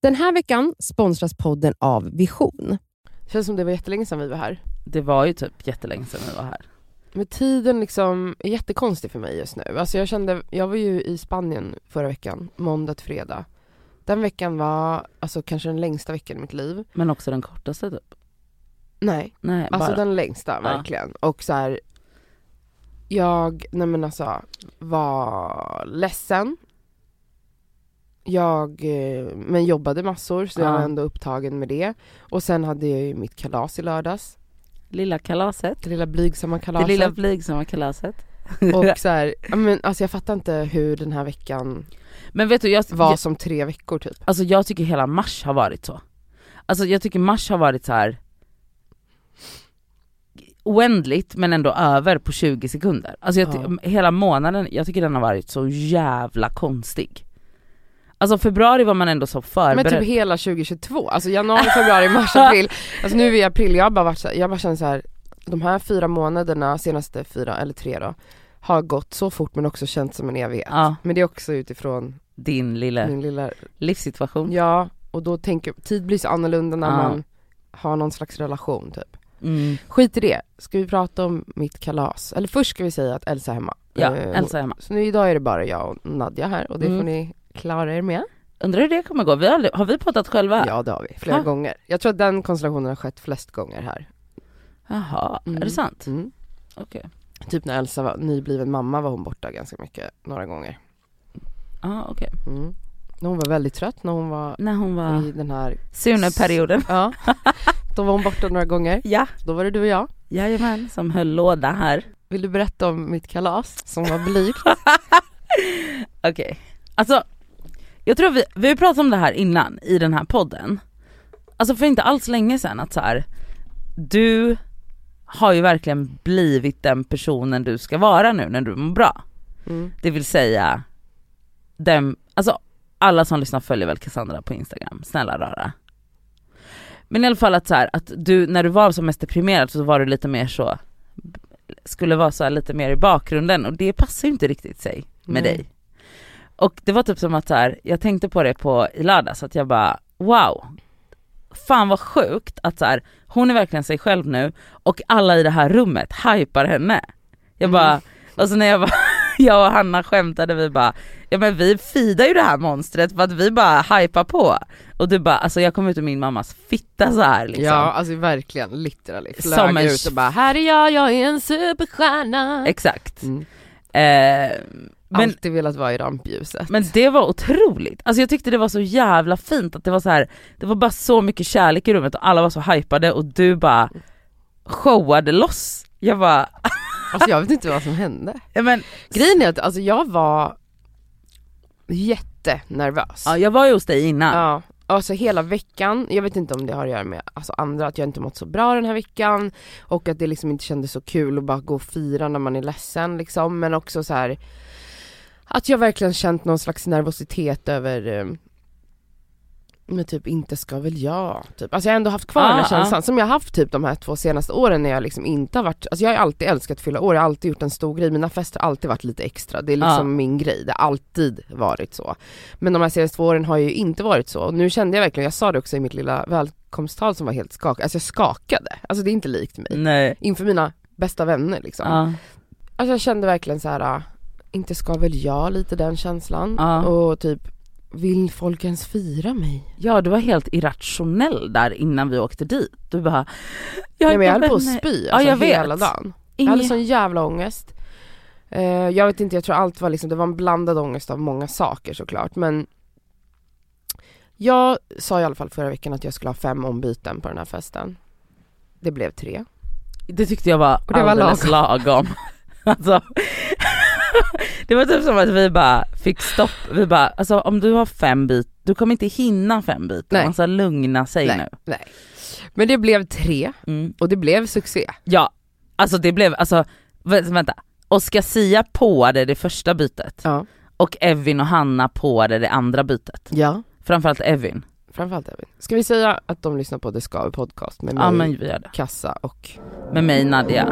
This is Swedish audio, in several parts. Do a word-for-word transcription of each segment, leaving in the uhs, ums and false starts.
Den här veckan sponsras podden av Vision. Det känns som det var jättelänge sedan vi var här. Det var ju typ jättelänge sedan vi var här. Men tiden liksom är jättekonstig för mig just nu. Alltså jag kände, jag var ju i Spanien förra veckan, måndag till fredag. Den veckan var alltså kanske den längsta veckan i mitt liv. Men också den kortaste typ. Nej, Nej alltså bara. den längsta verkligen. Ja. Och så här, jag, nej men alltså, var ledsen. Jag, men jobbade massor så Ja. jag var ändå upptagen med det. Och sen hade jag ju mitt kalas i lördags. Lilla kalaset. Det lilla blygsamma kalaset. Det lilla blygsamma kalaset. Och så här, men alltså jag fattar inte hur den här veckan Men vet du, jag, var jag, som tre veckor typ. alltså jag tycker hela mars har varit så. Alltså jag tycker mars har varit så här oändligt men ändå över på tjugo sekunder. Alltså jag ty- Ja. hela månaden, jag tycker den har varit så jävla konstig. Alltså februari var man ändå så förberedd. Men typ hela tjugohundratjugotvå, alltså januari, februari, mars, april. Alltså nu är vi april, jag har bara varit så här, jag bara känner så här, de här fyra månaderna, senaste fyra eller tre då, har gått så fort men också känts som en evighet. Ja. Men det är också utifrån Din lilla min lilla livssituation. Ja, och då tänker tid blir så annorlunda när Ja. man har någon slags relation typ. Mm. Skit i det. Ska vi prata om mitt kalas? Eller först ska vi säga att Elsa är hemma. Ja, Eh, Elsa är hemma. Så nu idag är det bara jag och Nadja här och det Mm. får ni klara er med. Undrar hur det kommer gå. Vi har, aldrig, har vi poddat själva? Ja, det har vi. Flera Ha? gånger. Jag tror att den konstellationen har skett flest gånger här. Jaha, Mm. är det sant? Mm. Okej. Typ när Elsa var nybliven mamma var hon borta ganska mycket, några gånger. Ja, okej. Mm. När hon var väldigt trött, när hon var När hon var i den här... Sune-perioden. Ja, då var hon borta några gånger. Ja, Då var det du och jag. jajamän, som höll låda här. Vill du berätta om mitt kalas som var blygt? Okej, alltså jag tror vi, vi har pratat om det här innan i den här podden. Alltså för inte alls länge sedan att så här, du har ju verkligen blivit den personen du ska vara nu när du mår bra. Mm. Det vill säga dem, alltså alla som lyssnar följer väl Cassandra på Instagram, snälla rara. Men i alla fall att så här, att du när du var som mest deprimerad så var du lite mer så, skulle vara så här lite mer i bakgrunden och det passar ju inte riktigt sig med Nej. dig. Och det var typ som att så här, jag tänkte på det på i lördags att jag bara wow. Fan vad sjukt att så här, hon är verkligen sig själv nu och alla i det här rummet hypar henne. Jag bara Mm. och så när jag bara jag och Hanna skämtade, vi bara ja men vi fidar ju det här monstret för att vi bara hypar på. Och du bara alltså jag kom ut ur min mammas fitta så här liksom. Ja, alltså verkligen, literally. Flög Som en ut och bara, här är jag, jag är en superstjärna. Exakt. Mm. Eh, men Alltid velat vara i rampljuset. Men det var otroligt. Alltså jag tyckte det var så jävla fint att det var så här, det var bara så mycket kärlek i rummet och alla var så hypade och du bara showade loss. Jag bara Alltså jag vet inte vad som hände. ja, men Grejen är att alltså, jag var jättenervös. ja, jag var ju hos dig innan. Ja, alltså hela veckan, jag vet inte om det har att göra med alltså andra, att jag inte mått så bra den här veckan och att det liksom inte kändes så kul att bara gå och fira när man är ledsen liksom, men också så här att jag verkligen känt någon slags nervositet över eh, men typ inte ska väl jag typ. Alltså jag har ändå haft kvar Ah, den här känslan ah. som jag haft typ de här två senaste åren när jag liksom inte har varit, alltså jag har alltid älskat fylla år, jag har alltid gjort en stor grej, mina fester har alltid varit lite extra, det är liksom Ah. min grej, det har alltid varit så. Men de här senaste två åren har ju inte varit så, och nu kände jag verkligen, jag sa det också i mitt lilla välkomsttal som var helt skakad, alltså jag skakade, alltså det är inte likt mig, Nej. inför mina bästa vänner liksom. Ja. Alltså jag kände verkligen så här, inte ska väl jag, lite den känslan, Ja. och typ vill folk ens fira mig? Ja, du var helt irrationell där innan vi åkte dit. Du bara jag, Nej, men jag höll på att vänner. spy Ja, alltså, jag vet. hela dagen. Jag Inge- hade sån jävla ångest. Uh, jag vet inte, jag tror allt var liksom, det var en blandad ångest av många saker såklart, men jag sa i alla fall förra veckan att jag skulle ha fem ombyten på den här festen. Det blev tre. Det tyckte jag var Och det var alldeles lagom. Alltså det var typ som att vi bara fick stopp. Vi bara, alltså om du har fem bit, du kommer inte hinna fem bitar. Nej. Man ska lugna sig Nej, nu. nej. Men det blev tre, Mm. och det blev succé. Ja, alltså det blev, alltså vä- vänta. Oscar Sia påade det första bytet. Ja. Och Evin och Hanna påade det andra bytet. Ja. Framförallt Evin. Framförallt Evin. Ska vi säga att de lyssnar på The Skav podcast med mig, Ja, men vi gör det. Kassa och... Med mig, Nadia.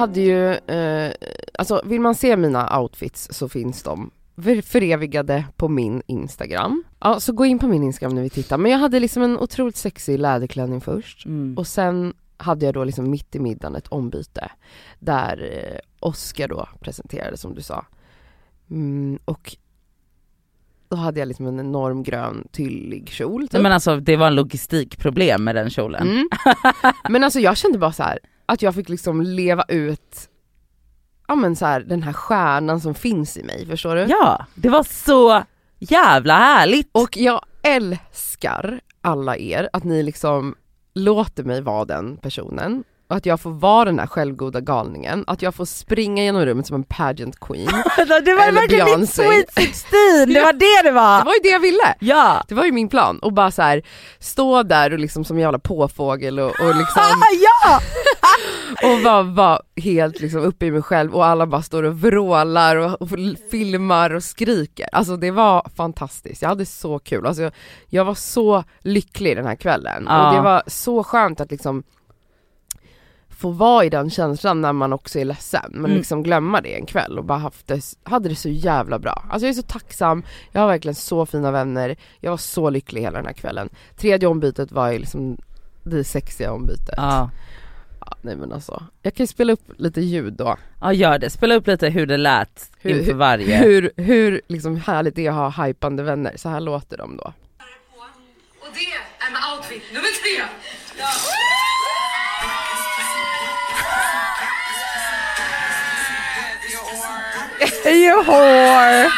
hade ju, eh, alltså vill man se mina outfits så finns de förevigade på min Instagram. Ja, så gå in på min Instagram när vi tittar. Men jag hade liksom en otroligt sexig läderklänning först. Mm. Och sen hade jag då liksom mitt i middagen ett ombyte. Där eh, Oscar då presenterade som du sa. Mm, och då hade jag liksom en enorm grön tyllig kjol. Typ. Men alltså det var en logistikproblem med den kjolen. Mm. Men alltså jag kände bara så här att jag fick liksom leva ut ja men så här, den här stjärnan som finns i mig, förstår du? Ja, det var så jävla härligt. Och jag älskar alla er att ni liksom låter mig vara den personen. Och att jag får vara den här självgoda galningen. Att jag får springa genom rummet som en pageant queen. Det var verkligen ditt Sweet sexton, det var det det var. Det var ju det jag ville. Ja. Det var ju min plan. Och bara så här stå där och liksom som en jävla påfågel och, och liksom ja! och var, var helt liksom uppe i mig själv och alla bara står och vrålar och, och filmar och skriker. Alltså det var fantastiskt. Jag hade så kul. Alltså jag, jag var så lycklig den här kvällen. Ja. Och det var så skönt att liksom få vara i den känslan när man också är ledsen. Men mm. liksom glömma det en kväll och bara haft det, hade det så jävla bra. Alltså jag är så tacksam. Jag har verkligen så fina vänner. Jag var så lycklig hela den här kvällen. Tredje ombytet var ju liksom det sexiga ombytet. Ja. Ja, nej men alltså. Jag kan ju spela upp lite ljud då. Ja, gör det. Spela upp lite hur det lät hur, inför varje. Hur, hur liksom härligt det är att ha hypande vänner. Så här låter de då. Och det är med outfit nummer tre. Ja. You whore!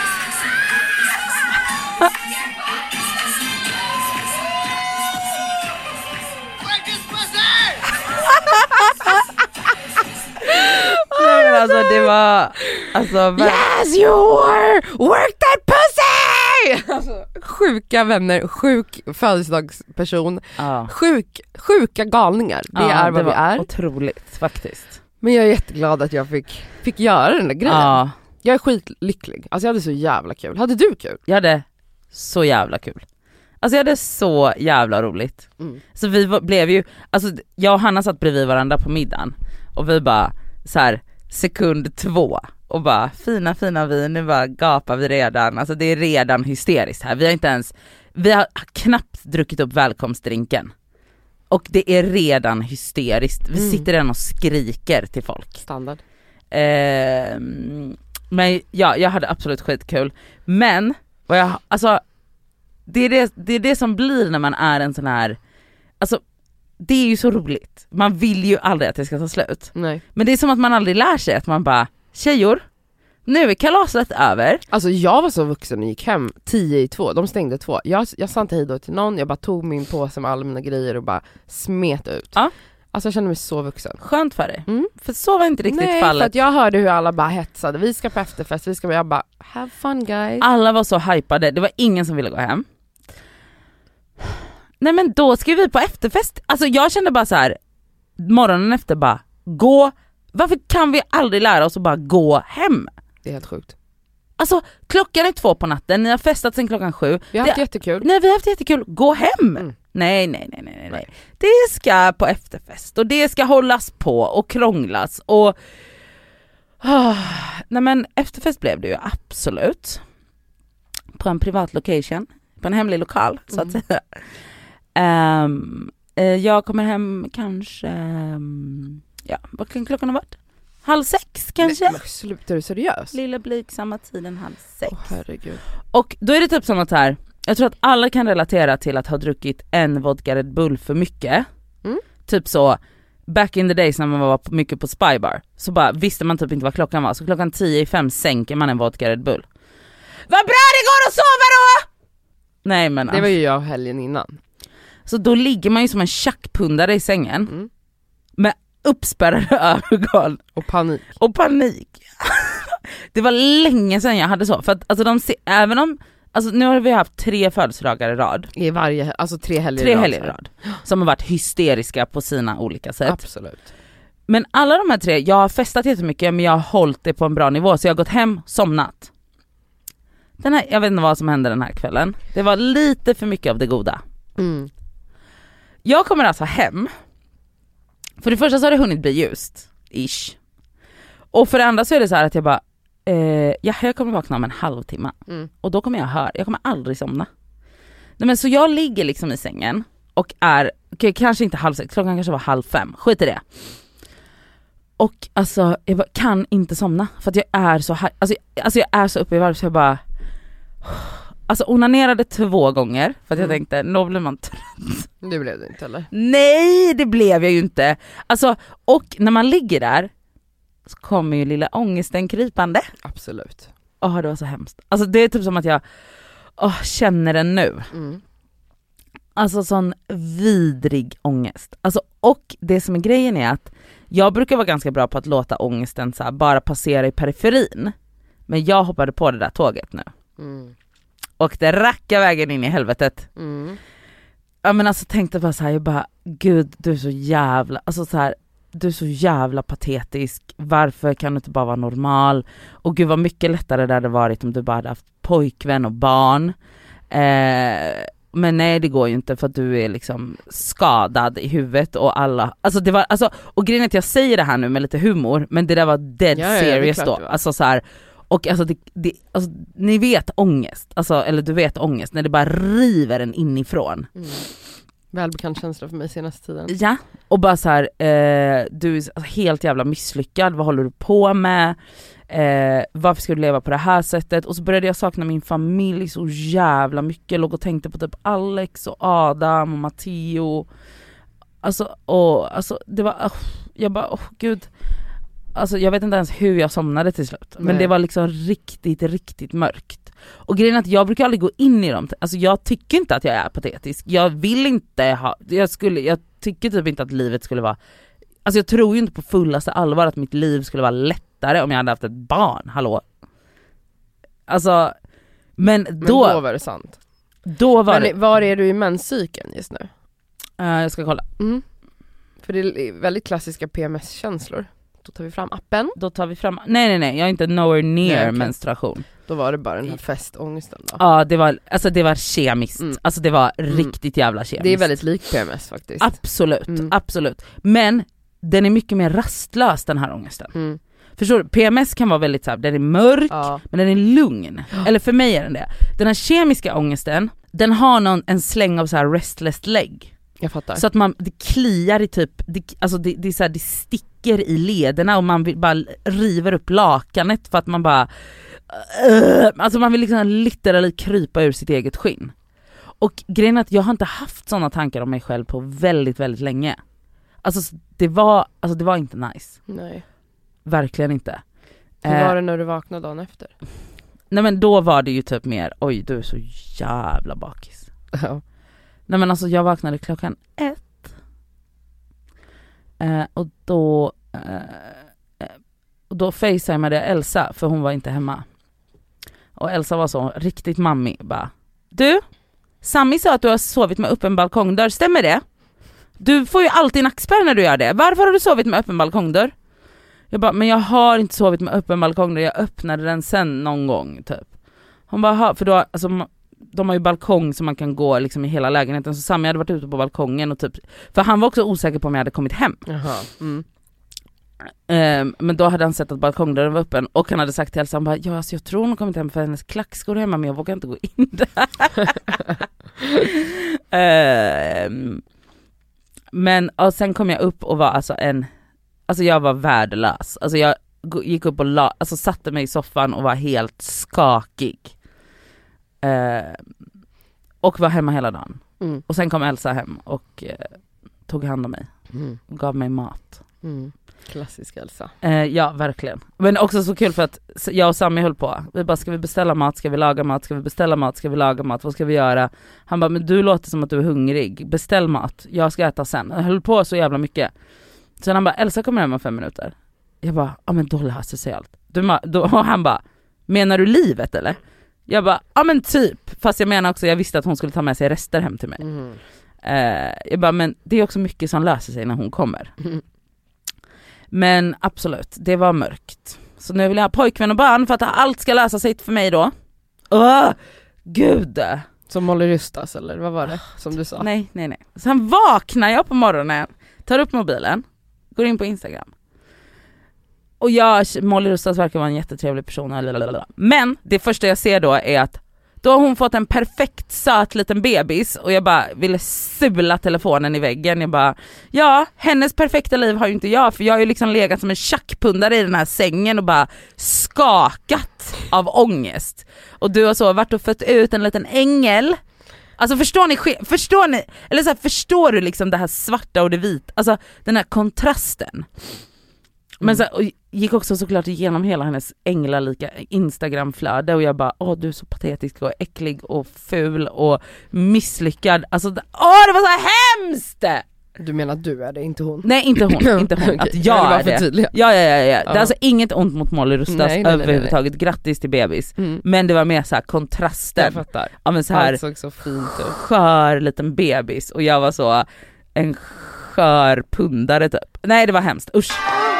Nej, men alltså det var alltså, yes you whore! Work that pussy! Alltså, sjuka vänner, sjuk födelsedagsperson, ja. sjuk, sjuka galningar. Det Ja, är vad det vi var är. Otroligt faktiskt. Men jag är jätteglad att jag fick, fick göra den där grejen. Ja. Jag är skitlycklig. Alltså jag hade så jävla kul. Hade du kul? Jag hade så jävla kul. Alltså jag hade så jävla roligt. Mm. Så vi var, blev ju, alltså jag och Hanna satt bredvid varandra på middagen och vi bara så här sekund två och bara fina fina vin, nu bara gapar vi redan. Alltså det är redan hysteriskt här. Vi har inte ens, vi har knappt druckit upp välkomstdrinken. Och det är redan hysteriskt. Vi Mm. sitter redan och skriker till folk. Standard. Eh, men ja, jag hade absolut skitkul. Men vad jag, alltså det är det, det är det som blir när man är en sån här, alltså det är ju så roligt. Man vill ju aldrig att det ska ta slut. Nej. Men det är som att man aldrig lär sig, att man bara, tjejor, nu är kalaset över. Alltså jag var så vuxen och gick hem tio i två. De stängde två. Jag, jag sa inte hej då till någon. Jag bara tog min påse med alla mina grejer och bara smet ut. Ja. Alltså jag kände mig så vuxen. Skönt för dig. Mm. För så var inte riktigt Nej, fallet. för att jag hörde hur alla bara hetsade. Vi ska på efterfest, vi ska, jag bara have fun guys. Alla var så hypade, det var ingen som ville gå hem. Nej men då ska vi på efterfest. Alltså jag kände bara så här, morgonen efter bara, gå, varför kan vi aldrig lära oss att bara gå hem? Det är helt sjukt. Alltså klockan är två på natten, ni har festat sen klockan sju. Vi har haft det, jättekul. Nej vi har haft jättekul, gå hem! Mm. Nej, nej, nej, nej, nej. Det ska på efterfest och det ska hållas på och krånglas och... Oh, nej men efterfest blev det ju absolut. På en privat location, på en hemlig lokal så att säga. Um, jag kommer hem kanske, um, ja vad kan klockan ha varit? Halv sex kanske? Men, men slutar du seriöst? Lilla blygsamma tiden halv sex. Åh herregud. Och då är det typ som att här, jag tror att alla kan relatera till att ha druckit en vodka Red Bull för mycket. Mm. Typ så, back in the days när man var mycket på Spybar, så bara visste man typ inte vad klockan var. Så klockan tio i fem sänker man en vodka Red Bull. Vad bra det går att sova då! Nej men Det var ju jag helgen innan. Så då ligger man ju som en tjackpundare i sängen. Mm. Med uppspärrade ögon. Och panik. Och panik. Det var länge sedan jag hade så. För att alltså de ser, även om, alltså nu har vi haft tre födelsedagar i rad. I varje, alltså tre helger Tre i rad, helger i så här. rad. Som har varit hysteriska på sina olika sätt. Absolut. Men alla de här tre, jag har festat jättemycket men jag har hållit det på en bra nivå. Så jag har gått hem, somnat. Den här, jag vet inte vad som hände den här kvällen. Det var lite för mycket av det goda. Mm. Jag kommer alltså hem. För det första så har det hunnit bli ljust. ish. Och för det andra så är det så här att jag bara eh, ja, jag kommer vakna om en halvtimme. Mm. Och då kommer jag höra, jag kommer aldrig somna. Nej, men så jag ligger liksom i sängen och är, okay, kanske inte halv sex, klockan kanske var halv fem, skit i det. Och alltså jag bara, kan inte somna för att jag är så här, alltså, alltså jag är så uppe i varv så jag bara alltså onanerade två gånger för att jag mm. tänkte, nå blir man trött. Det blev det inte eller? Nej, det blev jag ju inte. Alltså, och när man ligger där så kommer ju lilla ångesten krypande. Absolut. Åh, det var så hemskt. Alltså det är typ som att jag åh, känner den nu. Mm. Alltså sån vidrig ångest. Alltså, och det som är grejen är att jag brukar vara ganska bra på att låta ångesten så här, bara passera i periferin. Men jag hoppade på det där tåget nu. Mm. Och det rackar vägen in i helvetet. Mm. Ja men alltså tänkte bara så här, jag bara gud du är så jävla, alltså så här, du är så jävla patetisk. Varför kan du inte bara vara normal? Och gud vad mycket lättare det hade varit om du bara hade haft pojkvän och barn. Eh, men nej det går ju inte för att du är liksom skadad i huvudet och alla, alltså det var, alltså, och grejen är att jag säger det här nu med lite humor, men det där var dead Ja, ja, serious det är klart då. det var. Alltså så här, och alltså, det, det, alltså ni vet ångest, alltså, eller du vet ångest när det bara river en inifrån. Mm. Välbekant känsla för mig senaste tiden. Ja, och bara så här, eh, du är helt jävla misslyckad, vad håller du på med? Eh, varför ska du leva på det här sättet? Och så började jag sakna min familj så jävla mycket, låg och tänkte på typ Alex och Adam och Matteo. Alltså, och, alltså det var, oh, jag bara, åh oh, gud. Alltså jag vet inte ens hur jag somnade till slut. Men Nej. det var liksom riktigt, riktigt mörkt. Och grejen är att jag brukar aldrig gå in i dem. Alltså jag tycker inte att jag är patetisk. Jag vill inte ha, jag skulle, jag tycker typ inte att livet skulle vara, alltså jag tror ju inte på fullaste allvar att mitt liv skulle vara lättare om jag hade haft ett barn, hallå. Alltså, men då, Men då var det sant. då var Men det, var är du i menscykeln just nu? uh, jag ska kolla. Mm. För det är väldigt klassiska P M S-känslor. Då tar vi fram appen. Då tar vi fram, nej nej nej, jag är inte nowhere near Nej, okay. menstruation. Då var det bara den här festångesten då. Ja, det var, alltså det var kemiskt. Mm. Alltså det var Mm. riktigt jävla kemiskt. Det är väldigt likt P M S faktiskt. Absolut, Mm. absolut. Men den är mycket mer rastlös den här ångesten. Mm. Förstår du? P M S kan vara väldigt så här, den är mörk, Ja. men den är lugn. Eller för mig är den det. Den här kemiska ångesten, den har någon, en släng av så här restless leg. Jag fattar. Så att man, det kliar i typ, det, alltså det, det, är så här, det sticker i lederna och man vill bara river upp lakanet för att man bara, uh, alltså man vill liksom literally krypa ur sitt eget skinn. Och grejen är att jag har inte haft sådana tankar om mig själv på väldigt, väldigt länge. Alltså det var, alltså det var inte nice. Nej. Verkligen inte. Hur var det när du vaknade dagen efter? Nej men då var det ju typ mer, oj du är så jävla bakis. Ja. Nej men alltså jag vaknade klockan ett. Eh, och då eh, och då facetimade jag Elsa för hon var inte hemma. Och Elsa var så riktigt mammig bara. Du, Sammy sa att du har sovit med öppen balkongdörr, stämmer det? Du får ju alltid nackspärr när du gör det. Varför har du sovit med öppen balkongdörr? Jag bara, men jag har inte sovit med öppen balkongdörr, jag öppnade den sen någon gång typ. Hon bara, för då, alltså de har ju balkong så man kan gå liksom i hela lägenheten. Så Sammy hade varit ute på balkongen och typ, för han var också osäker på om jag hade kommit hem. Jaha. Mm. Um, men då hade han sett att balkongdörren var öppen och han hade sagt till Elsa, han bara, ja alltså jag tror hon har kommit hem för hennes klackskor hemma men jag vågar inte gå in där. um, men och sen kom jag upp och var alltså en, alltså jag var värdelös. Alltså jag gick upp och la, alltså satte mig i soffan och var helt skakig. Uh, och var hemma hela dagen. Mm. Och sen kom Elsa hem och uh, tog hand om mig Mm. och gav mig mat. Mm. Klassisk Elsa. Uh, ja, verkligen. Men också så kul för att jag och Sammy höll på. Vi bara, ska vi beställa mat? Ska vi laga mat? Ska vi beställa mat? Ska vi laga mat? Vad ska vi göra? Han bara, men du låter som att du är hungrig. Beställ mat. Jag ska äta sen. Jag höll på så jävla mycket. Sen han bara, Elsa kommer hem om fem minuter. Jag bara, ja men då löser sig allt. Du, då, och han bara, menar du livet eller? Jag bara, ja men typ. Fast jag menar också, jag visste att hon skulle ta med sig rester hem till mig. Mm. Uh, jag bara, men det är också mycket som löser sig när hon kommer. Mm. Men absolut, det var mörkt. Så nu vill jag ha pojkvän och barn för att allt ska lösa sig för mig då. Åh, gud. Som Molly Rustas eller vad var det som du sa? Nej, nej, nej. Sen vaknar jag på morgonen, tar upp mobilen, går in på Instagram. och jag, Molly Rustas verkar vara en jättetrevlig person. Lalalala. Men det första jag ser då är att då har hon fått en perfekt söt liten bebis och jag bara ville sula telefonen i väggen. Jag bara, ja, hennes perfekta liv har ju inte jag, för jag har ju liksom legat som en tjackpundare i den här sängen och bara skakat av ångest. Och du har så varit och fött ut en liten ängel. Alltså förstår ni, förstår ni, eller så här, förstår du liksom det här svarta och det vita, alltså den här kontrasten. Men så här, och gick också såklart igenom hela hennes änglalika Instagramflöde och jag bara, åh du är så patetisk och äcklig och ful och misslyckad. Alltså, åh det var så hemskt! Du menar att du är det, inte hon? Nej, inte hon, inte hon. Att jag är det. Ja, ja, ja, ja. Det är alltså inget ont mot Molly Rustas nej, nej, överhuvudtaget. Nej, nej. Grattis till bebis. Mm. Men det var mer så här kontrasten. Jag fattar. Av en så här såg så fint ut. Skör liten bebis och jag var så en skör pundare typ. Nej, det var hemskt. Usch.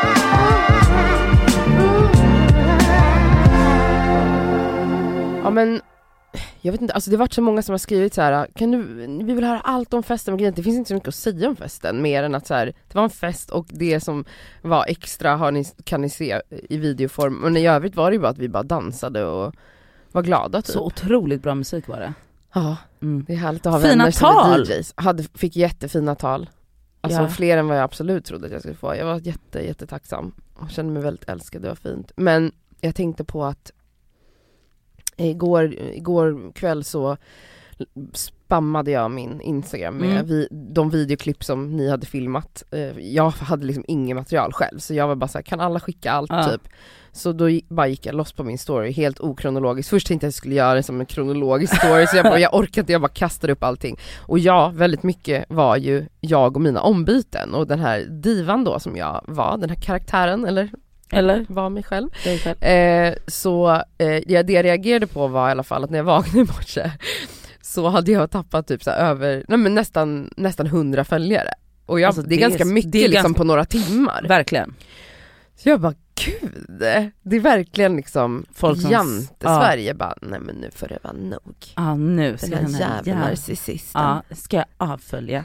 Ja men jag vet inte, alltså det har varit så många som har skrivit så här, kan du, vi vill höra allt om festen, men det finns inte så mycket att säga om festen mer än att så här, det var en fest och det som var extra har ni, kan ni se i videoform, men i övrigt var det ju bara att vi bara dansade och var glada typ. Så otroligt bra musik var det. Ja, mm. Det är härligt att ha fina vänner tal. som är D Js. Hade, fick jättefina tal. Alltså ja. Fler än vad jag absolut trodde att jag skulle få. Jag var jätte, jättetacksam och kände mig väldigt älskad, det var fint. Men jag tänkte på att Igår, igår kväll så spammade jag min Instagram med mm. vi, de videoklipp som ni hade filmat. Jag hade liksom ingen material själv, så jag var bara så här, kan alla skicka allt ja. typ? Så då gick, bara gick jag loss på min story, helt okronologiskt. Först tänkte jag att jag skulle göra det som en kronologisk story, så jag, bara, jag orkade inte, jag bara kastade upp allting. Och ja, väldigt mycket var ju jag och mina ombyten. Och den här divan då som jag var, den här karaktären, eller... Eller var mig själv. själv. Eh, så eh, ja, det jag reagerade på var i alla fall att när jag vaknade i morse så hade jag tappat typ så här över nej, men nästan nästan hundra följare. Och jag, alltså, det är det ganska är, mycket är liksom ganska... på några timmar. Verkligen. Så jag bara, gud, det är verkligen liksom folk som jante ja. Sverige bara, nej men nu får det vara nog. Ja, nu ska den här jävla jävla narcissisten. Ja, ska jag avfölja.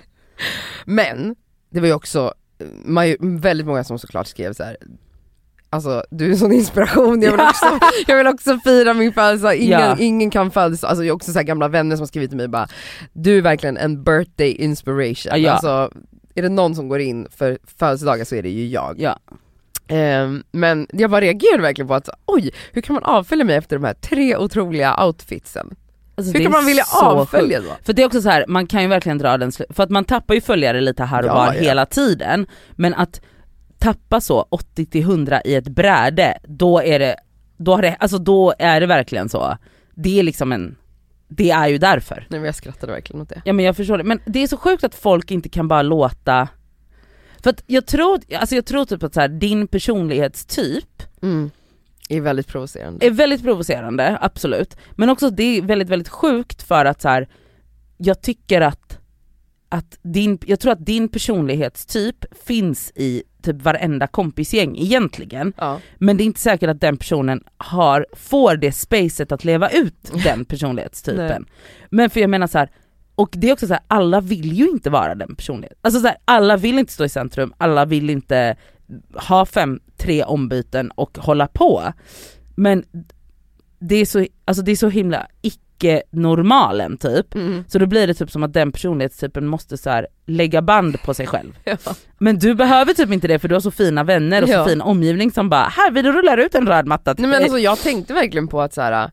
Men det var ju också maj- väldigt många som såklart skrev så här. Alltså du är en sån inspiration. Jag vill också, jag vill också fira min födelsedag. Ingen, ja. ingen kan födelsedag. Alltså jag har också så här gamla vänner som har skrivit till mig bara, du är verkligen en birthday inspiration. Ja. Alltså är det någon som går in för födelsedagar så är det ju jag. Ja. Um, men jag bara reagerade verkligen på att oj, hur kan man avfölja mig efter de här tre otroliga outfitsen? Alltså, hur kan man vilja avfölja då? För det är också så här, man kan ju verkligen dra den sl- för att man tappar ju följare lite här och ja, var ja. hela tiden. Men att tappa så åttio till hundra i ett bräde, då är det då har det alltså då är det verkligen så. Det är liksom en det är ju därför. Nej, men jag skrattade verkligen åt det. Ja, men jag förstår det. Men det är så sjukt att folk inte kan bara låta, för att jag tror alltså jag tror typ att så här, din personlighetstyp mm. är väldigt provocerande. Är väldigt provocerande, absolut. Men också det är väldigt väldigt sjukt för att så här, jag tycker att att din jag tror att din personlighetstyp finns i typ varenda kompisgäng egentligen. Ja. Men det är inte säkert att den personen har får det spacet att leva ut den personlighetstypen. Men för jag menar så här, och det är också så här, alla vill ju inte vara den personligheten. Alltså så här, alla vill inte stå i centrum, alla vill inte ha fem, tre ombyten och hålla på. Men det är så alltså det är så himla icke-normalen typ. Mm. Så då blir det typ som att den personlighetstypen måste så här lägga band på sig själv. Ja. Men du behöver typ inte det, för du har så fina vänner och ja. så fin omgivning som bara, här vill du rulla ut en röd matta. Nej, men alltså jag tänkte verkligen på att så här,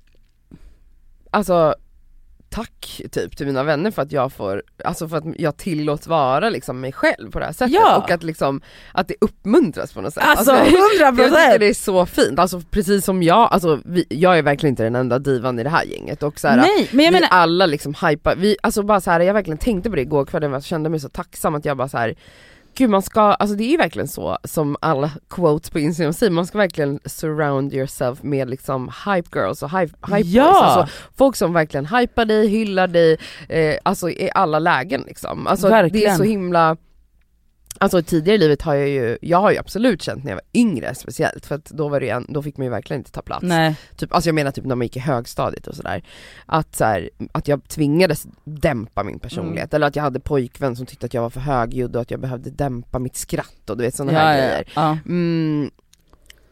alltså tack typ till mina vänner för att jag får, alltså för att jag tillåts vara liksom mig själv på det här sättet. Ja. Och att liksom att det uppmuntras på något sätt. Alltså, alltså hundra procent. Jag tycker det är så fint. Alltså precis som jag, alltså vi, jag är verkligen inte den enda divan i det här gänget. Och så här, nej, men jag vi menar alla liksom hypar, vi, alltså bara så här, jag verkligen tänkte på det igår kväll, jag kände mig så tacksam att jag bara så här, gud man ska, alltså det är ju verkligen så som alla quotes på Instagram säger, man ska verkligen surround yourself med liksom hype girls och hype, hype ja. boys, alltså folk som verkligen hypar dig, hyllar dig, eh, alltså i alla lägen liksom, alltså verkligen. Det är så himla, alltså tidigare i livet har jag ju, jag har ju absolut känt när jag var yngre speciellt, för att då var det en, då fick man ju verkligen inte ta plats. Nej. Typ, alltså jag menar typ när man gick i högstadiet och sådär, att, så här, att jag tvingades dämpa min personlighet, mm. eller att jag hade pojkvän som tyckte att jag var för högljudd och att jag behövde dämpa mitt skratt och du vet sådana ja, här ja, grejer. ja. Mm,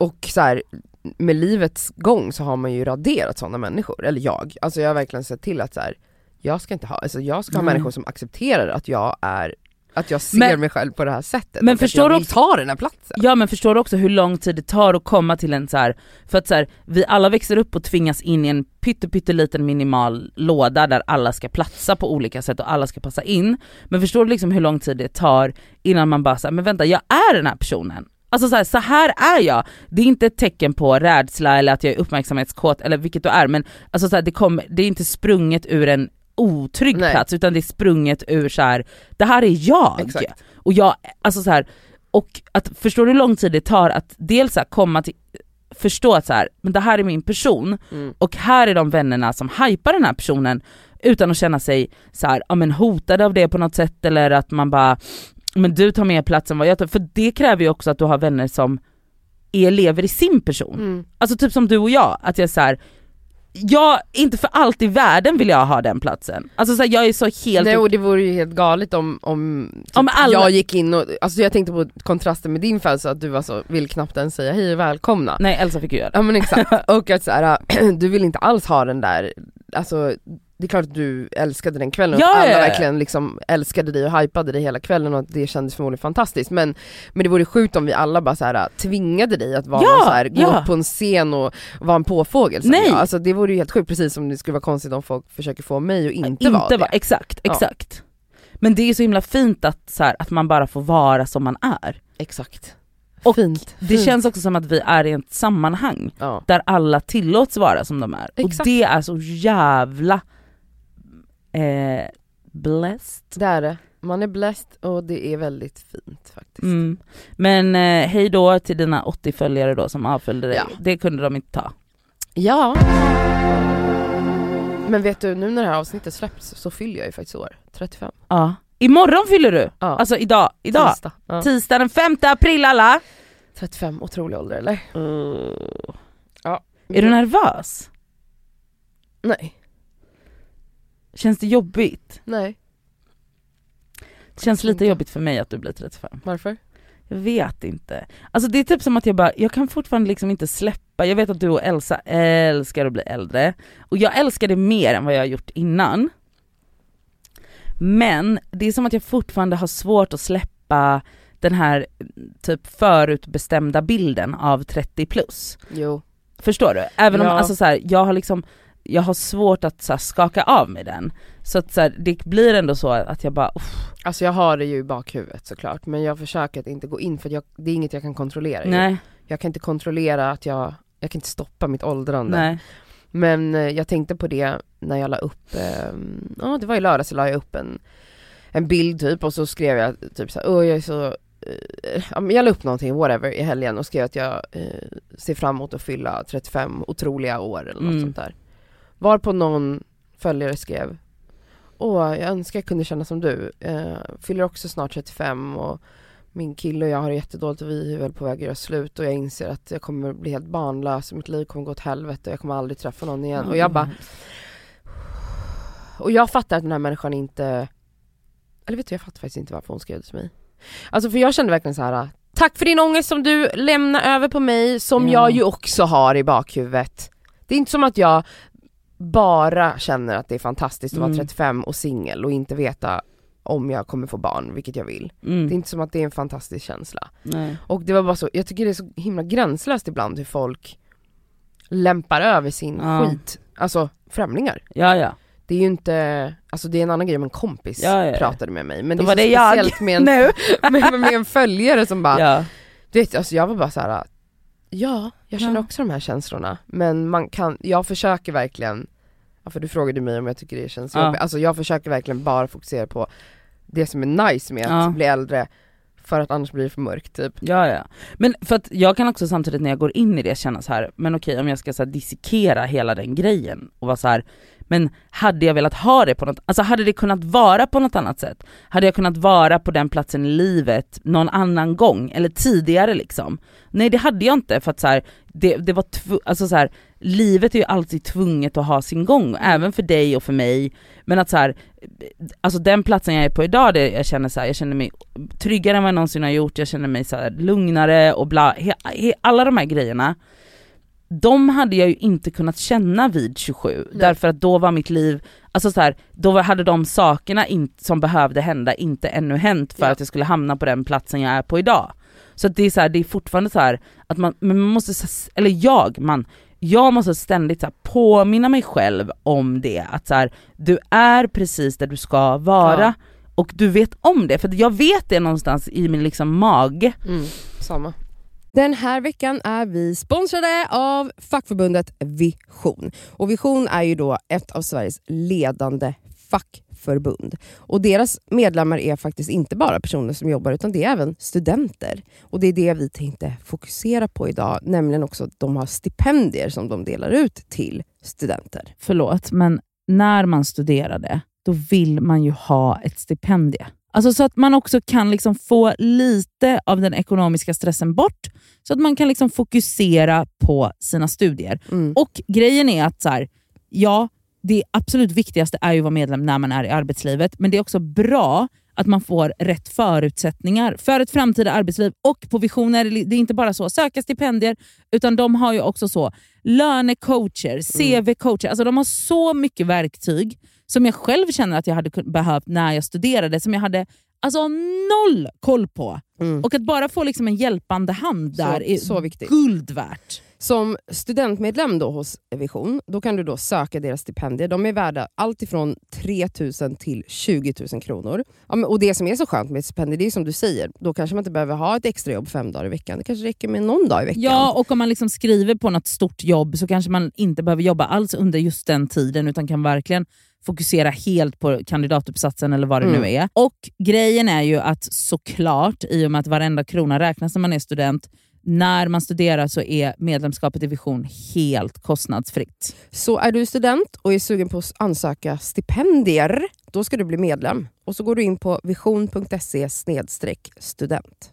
och så här, med livets gång så har man ju raderat sådana människor, eller jag, alltså jag har verkligen sett till att så här, jag ska inte ha, alltså jag ska ha Nej. människor som accepterar att jag är, att jag ser Men- mig själv på det här sättet, Men och förstår att jag du vill också- ta den här platsen. Ja, men förstår du också hur lång tid det tar att komma till en så här, för att så här, vi alla växer upp och tvingas in i en pytte, pytte liten minimal låda där alla ska platsa på olika sätt och alla ska passa in. Men förstår du liksom hur lång tid det tar innan man bara säger, men vänta, jag är den här personen. Alltså så här, så här är jag. Det är inte ett tecken på rädsla eller att jag är uppmärksamhetskåt eller vilket du är, men alltså så här, det, kommer, det är inte sprunget ur en otrygg Nej. plats, utan det är sprunget ur så här, det här är jag. Exakt. Och jag, alltså så här, och att förstå hur lång tid det tar att dels så här, komma till, förstå att så här, men det här är min person, Mm. och här är de vännerna som hypar den här personen utan att känna sig så här, ja men hotade av det på något sätt, eller att man bara, men du tar mer plats än vad jag tar, för det kräver ju också att du har vänner som är elever i sin person. Mm. Alltså typ som du och jag, att jag så här, jag, inte för allt i världen vill jag ha den platsen. Alltså så här, jag är så helt... Nej, och det vore ju helt galet om, om, typ, Om alla- jag gick in och, alltså jag tänkte på kontrasten med din födelse, att du var så, vill knappt ens säga hej och välkomna. Nej, Elsa fick ju göra det. Ja men exakt, och att så här, du vill inte alls ha den där, alltså det är klart att du älskade den kvällen, Ja, och alla ja, ja. verkligen liksom älskade dig och hypade dig hela kvällen, och att det kändes förmodligen fantastiskt, men, men det vore sjukt om vi alla bara så här, tvingade dig att vara Ja, någon så här, gå ja. upp på en scen och vara en påfågel som Nej. jag. Alltså det vore ju helt sjukt, precis som det skulle vara konstigt om folk försöker få mig att inte, vara det. Exakt, Ja. exakt. Men det är så himla fint att, så här, att man bara får vara som man är. Exakt. Och fint. Det fint. känns också som att vi är i ett sammanhang Ja. där alla tillåts vara som de är. Exakt. Och det är så jävla eh, blessed. Det är det. Man är blessed och det är väldigt fint faktiskt. Mm. Men eh, hej då till dina åttio följare då som avföljde dig. Ja. Det kunde de inte ta. Ja. Men vet du, nu när det här avsnittet släpps så fyller jag ju faktiskt år. trettiofem. Ja. Imorgon fyller du. Ja. Alltså idag. idag. Tisdag. Ja. Tisdag den femte april alla. trettiofem, otrolig ålder eller? Ja. Är du nervös? Nej. Känns det jobbigt? Nej. Det känns lite Inte. jobbigt för mig att du blir trettiofem. Varför? Jag vet inte. Alltså det är typ som att jag bara, jag kan fortfarande liksom inte släppa. Jag vet att du och Elsa älskar att bli äldre. Och jag älskar det mer än vad jag har gjort innan. Men det är som att jag fortfarande har svårt att släppa den här typ förutbestämda bilden av trettio plus. Jo. Förstår du? Även om Ja. alltså så här, jag har liksom jag har svårt att så här, skaka av mig den. Så att så här, det blir ändå så att jag bara uff, Alltså jag har det ju i bakhuvudet såklart, men jag försöker att inte gå in, för att jag, det är inget jag kan kontrollera. nej, Jag kan inte kontrollera att jag, jag kan inte stoppa mitt åldrande. nej. Men eh, jag tänkte på det när jag la upp, eh, ja det var i lördag, så la jag upp en, en bild typ, och så skrev jag typ så här, åh jag är så, eh, ja, men jag la upp någonting, whatever, i helgen, och skrev att jag eh, ser fram emot att fylla trettiofem otroliga år eller något Mm. sånt där. Varpå någon följare skrev, åh jag önskar jag kunde känna som du, eh, fyller också snart trettiofem och min kille och jag har det jättedåligt och vi är väl på väg att göra slut, och jag inser att jag kommer bli helt barnlös och mitt liv kommer gå åt helvete och jag kommer aldrig träffa någon igen. Och jag bara, och jag fattar att den här människan inte, eller vet du, jag fattar faktiskt inte varför hon skrev det till mig. Alltså för jag kände verkligen så här: tack för din ångest som du lämnar över på mig, som Ja. jag ju också har i bakhuvudet. Det är inte som att jag bara känner att det är fantastiskt att Mm. vara trettiofem och singel och inte veta om jag kommer få barn, vilket jag vill. Mm. Det är inte som att det är en fantastisk känsla. Nej. Och det var bara så, jag tycker det är så himla gränslöst ibland hur folk lämpar över sin Ja. skit, alltså främlingar. Ja, ja. Det är ju inte, alltså det är en annan grej om en kompis Ja, ja, ja. pratade med mig, men Då det är var så det jag. speciellt med en, Nu. med, med en följare som bara, Ja. du vet, alltså jag var bara så här: ja, jag känner Ja. också de här känslorna, men man kan, jag försöker verkligen, ja, för du frågade mig om jag tycker det känns Ja. jobbigt, alltså jag försöker verkligen bara fokusera på det som är nice med att Ja. bli äldre, för att annars blir det för mörkt typ. Ja, ja. Men för att jag kan också samtidigt när jag går in i det känna så här, men okej, om jag ska så här dissekera hela den grejen och vara så här, men Men hade jag velat ha det på något, alltså hade det kunnat vara på något annat sätt? Hade jag kunnat vara på den platsen i livet någon annan gång eller tidigare liksom? Nej, det hade jag inte, för att så här, det, det var tv- alltså så här, livet är ju alltid tvunget att ha sin gång, även för dig och för mig. Men att så här, alltså den platsen jag är på idag, det, jag känner så här, jag känner mig tryggare än vad jag någonsin har gjort. Jag känner mig så här, lugnare och bla, he, he, alla de här grejerna. De hade jag ju inte kunnat känna vid tjugosju. Nej. Därför att då var mitt liv, alltså så här, då hade de sakerna in, som behövde hända inte ännu hänt för ja. att jag skulle hamna på den platsen jag är på idag. Så att det är så här, det är fortfarande så här att man, men man måste, eller jag, man, jag måste ständigt så här påminna mig själv om det, att så här, du är precis där du ska vara ja. och du vet om det, för jag vet det någonstans i min liksom mage. Mm, samma. Den här veckan är vi sponsrade av fackförbundet Vision. Och Vision är ju då ett av Sveriges ledande fackförbund. Och deras medlemmar är faktiskt inte bara personer som jobbar, utan det är även studenter. Och det är det vi tänkte fokusera på idag, nämligen också att de har stipendier som de delar ut till studenter. Förlåt, men när man studerade, då vill man ju ha ett stipendie. Alltså så att man också kan liksom få lite av den ekonomiska stressen bort, så att man kan liksom fokusera på sina studier. Mm. Och grejen är att så här, ja, det absolut viktigaste är ju att vara medlem när man är i arbetslivet, men det är också bra att man får rätt förutsättningar för ett framtida arbetsliv. Och på Vision är det, det är inte bara så söka stipendier, utan de har ju också så lönecoacher, C V-coacher, alltså de har så mycket verktyg som jag själv känner att jag hade behövt när jag studerade, som jag hade alltså noll koll på. Mm. Och att bara få liksom en hjälpande hand där så, är så viktigt. Guld värt. Som studentmedlem då hos Vision, då kan du då söka deras stipendier. De är värda allt ifrån tre tusen till tjugo tusen kronor. Ja, men, och det som är så skönt med ett stipendier, det är som du säger, då kanske man inte behöver ha ett extra jobb fem dagar i veckan. Det kanske räcker med någon dag i veckan. Ja, och om man liksom skriver på något stort jobb så kanske man inte behöver jobba alls under just den tiden, utan kan verkligen fokusera helt på kandidatuppsatsen eller vad det mm. nu är. Och grejen är ju att såklart, i och med att varenda krona räknas när man är student, när man studerar så är medlemskapet i Vision helt kostnadsfritt. Så är du student och är sugen på att ansöka stipendier, då ska du bli medlem. Och så går du in på vision punkt se snedstreck student.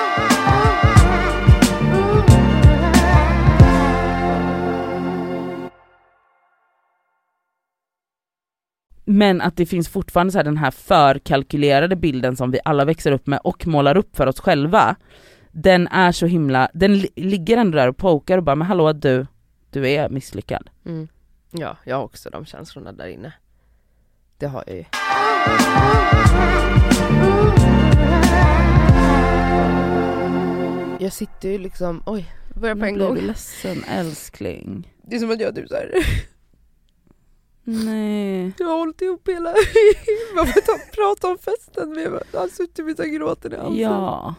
Men att det finns fortfarande så här den här förkalkylerade bilden som vi alla växer upp med och målar upp för oss själva. Den är så himla, den li- ligger ändå där och pokar och bara, men hallå, du, du är misslyckad. Mm. Ja, jag har också de känslorna där inne. Det har jag ju. Jag sitter ju liksom, oj, börjar på en gång. Jag blir ledsen, älskling. Det är som att jag typ såhär. Nej. Jag har hållit ihop hela. Man får ta, prata om festen med mig. Jag har suttit med och gråter i halsen. Ja.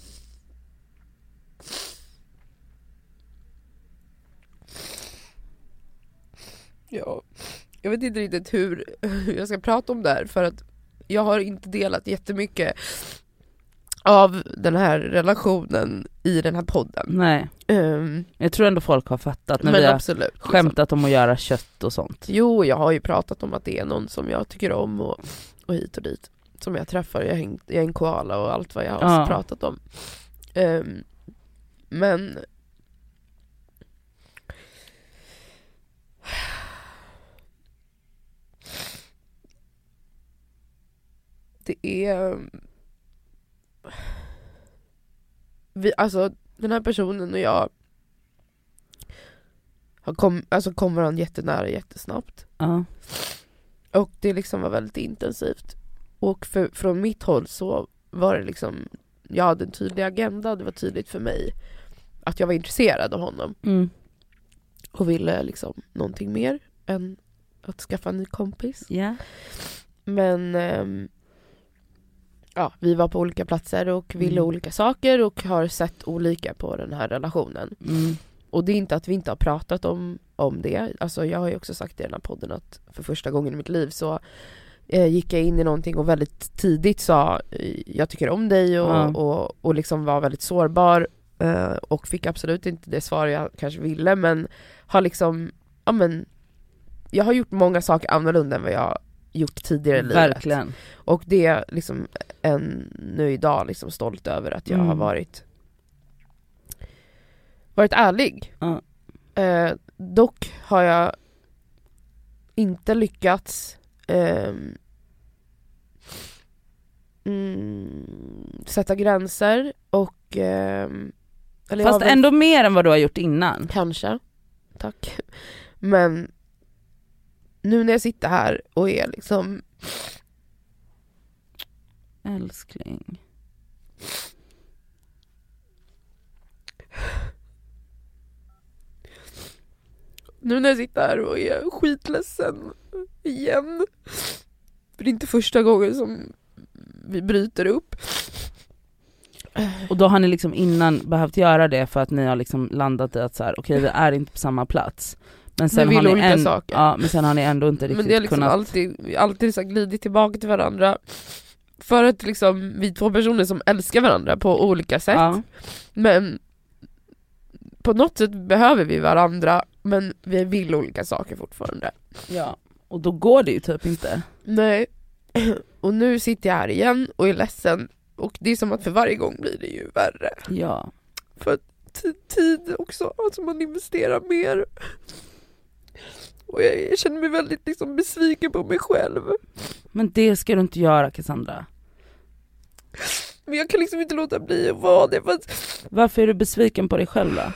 Ja. Jag vet inte riktigt hur, hur jag ska prata om det här, för att jag har inte delat jättemycket av den här relationen i den här podden. Nej. Um, jag tror ändå folk har fattat när men vi har absolut, skämtat liksom om att göra kött och sånt. Jo, jag har ju pratat om att det är någon som jag tycker om och, och hit och dit. Som jag träffar, jag, hängt, jag är en koala och allt vad jag har ja. pratat om. Um, men det är vi, alltså den här personen och jag har kom, alltså kom varandra jättenära jättesnabbt. Ja. Och det liksom var väldigt intensivt. Och för, från mitt håll så var det liksom, jag hade en tydlig agenda. Det var tydligt för mig att jag var intresserad av honom. Mm. Och ville liksom någonting mer än att skaffa en ny kompis. Yeah. Men ähm, ja, vi var på olika platser och ville mm. olika saker och har sett olika på den här relationen. Mm. Och det är inte att vi inte har pratat om, om det. Alltså jag har ju också sagt i den här podden att för första gången i mitt liv så eh, gick jag in i någonting och väldigt tidigt sa jag tycker om dig och, ja. och, och liksom var väldigt sårbar eh, och fick absolut inte det svar jag kanske ville, men har liksom ja men jag har gjort många saker annorlunda än vad jag har gjort tidigare i livet. Verkligen. Och det är liksom ännu idag liksom stolt över att jag Mm. har varit varit ärlig. Ja. Eh, dock har jag inte lyckats eh, mm, sätta gränser och eh, eller jag Fast har väl- ändå mer än vad du har gjort innan. Kanske, tack. Men nu när jag sitter här och är liksom Älskling. Nu när jag sitter här och är skitledsen igen. För det är inte första gången som vi bryter upp. Och då har ni liksom innan behövt göra det för att ni har liksom landat i att så här, okej, vi är inte på samma plats. Men sen, Vi har vill ni, olika en, saker. ja, men sen har ni ändå inte riktigt Men det har liksom kunnat... alltid, alltid så här glidit tillbaka till varandra. För att liksom vi två personer som älskar varandra på olika sätt. Ja. Men på något sätt behöver vi varandra. Men vi vill olika saker fortfarande. Ja. Och då går det ju typ inte. Nej. Och nu sitter jag här igen och är ledsen. Och det är som att för varje gång blir det ju värre. Ja. För t- tid också. Alltså man investerar mer. Och jag, jag känner mig väldigt liksom besviken på mig själv. Men det ska du inte göra, Cassandra. Men jag kan liksom inte låta bli att vara det. För att Varför är du besviken på dig själv då?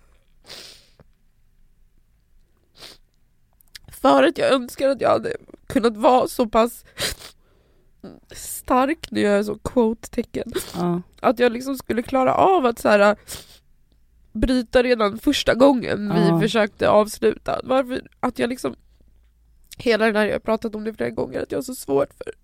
för att jag önskar att jag hade kunnat vara så pass stark, nu gör jag så quote-tecken, Ja. att jag liksom skulle klara av att så här bryta redan första gången vi Ja. försökte avsluta. Varför att jag liksom hela den här, jag har pratat om det flera gånger, att jag har så svårt för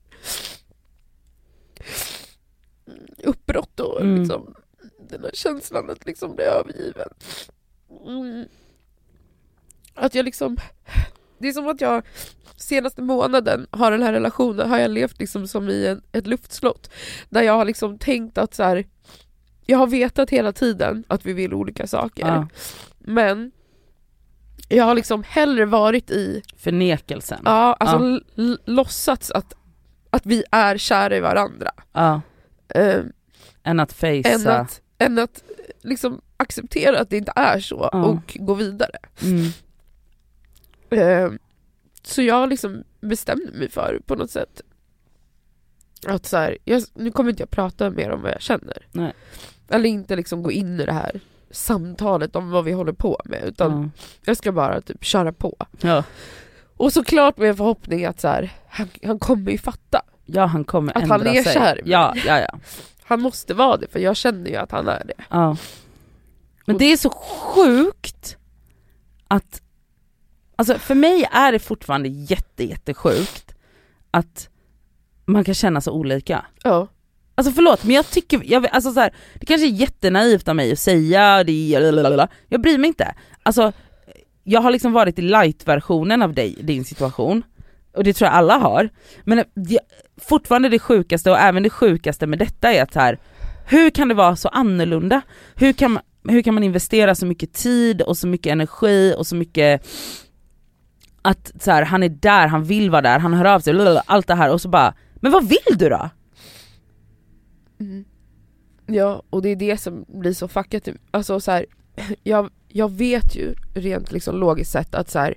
uppbrott och Mm. liksom den här känslan att liksom bli övergiven. Mm. Att jag liksom, det är som att jag senaste månaden har den här relationen, har jag levt liksom som i en, ett luftslott där jag har liksom tänkt att så här, jag har vetat hela tiden att vi vill olika saker. Ja. Men jag har liksom hellre varit i Förnekelsen. ja, alltså Ja. l- l- låtsats att, att vi är kära i varandra. Ja. Eh, Än att än fejsa. att, än att liksom acceptera att det inte är så Ja. och gå vidare. Mm. Eh, så jag liksom bestämde mig för på något sätt att så här, jag, nu kommer inte jag prata mer om vad jag känner. Nej. Eller inte liksom gå in i det här samtalet om vad vi håller på med, utan Ja. jag ska bara typ köra på. Ja. Och såklart med en förhoppning att så här, han, han kommer ju fatta. Ja, han kommer Att ändra han är sig. kär i mig. Ja, ja, ja. Han måste vara det, för jag känner ju att han är det. Ja. Men det är så sjukt att, alltså för mig är det fortfarande jätte, jättesjukt att man kan känna så olika. Ja. Alltså förlåt, men jag tycker, jag, alltså så här, det kanske är jättenaivt av mig att säga det, lalalala. Jag bryr mig inte. Alltså, jag har liksom varit i light-versionen av dig, din situation. Och det tror jag alla har. Men det, fortfarande det sjukaste, och även det sjukaste med detta är att så här, hur kan det vara så annorlunda? Hur kan man, hur kan man investera så mycket tid och så mycket energi och så mycket, att så här, han är där, han vill vara där, han hör av sig, lalalala, allt det här, och så bara, men vad vill du då? Mm. Ja, och det är det som blir så fuckat. Alltså så här, jag, jag vet ju rent liksom logiskt sett att så här,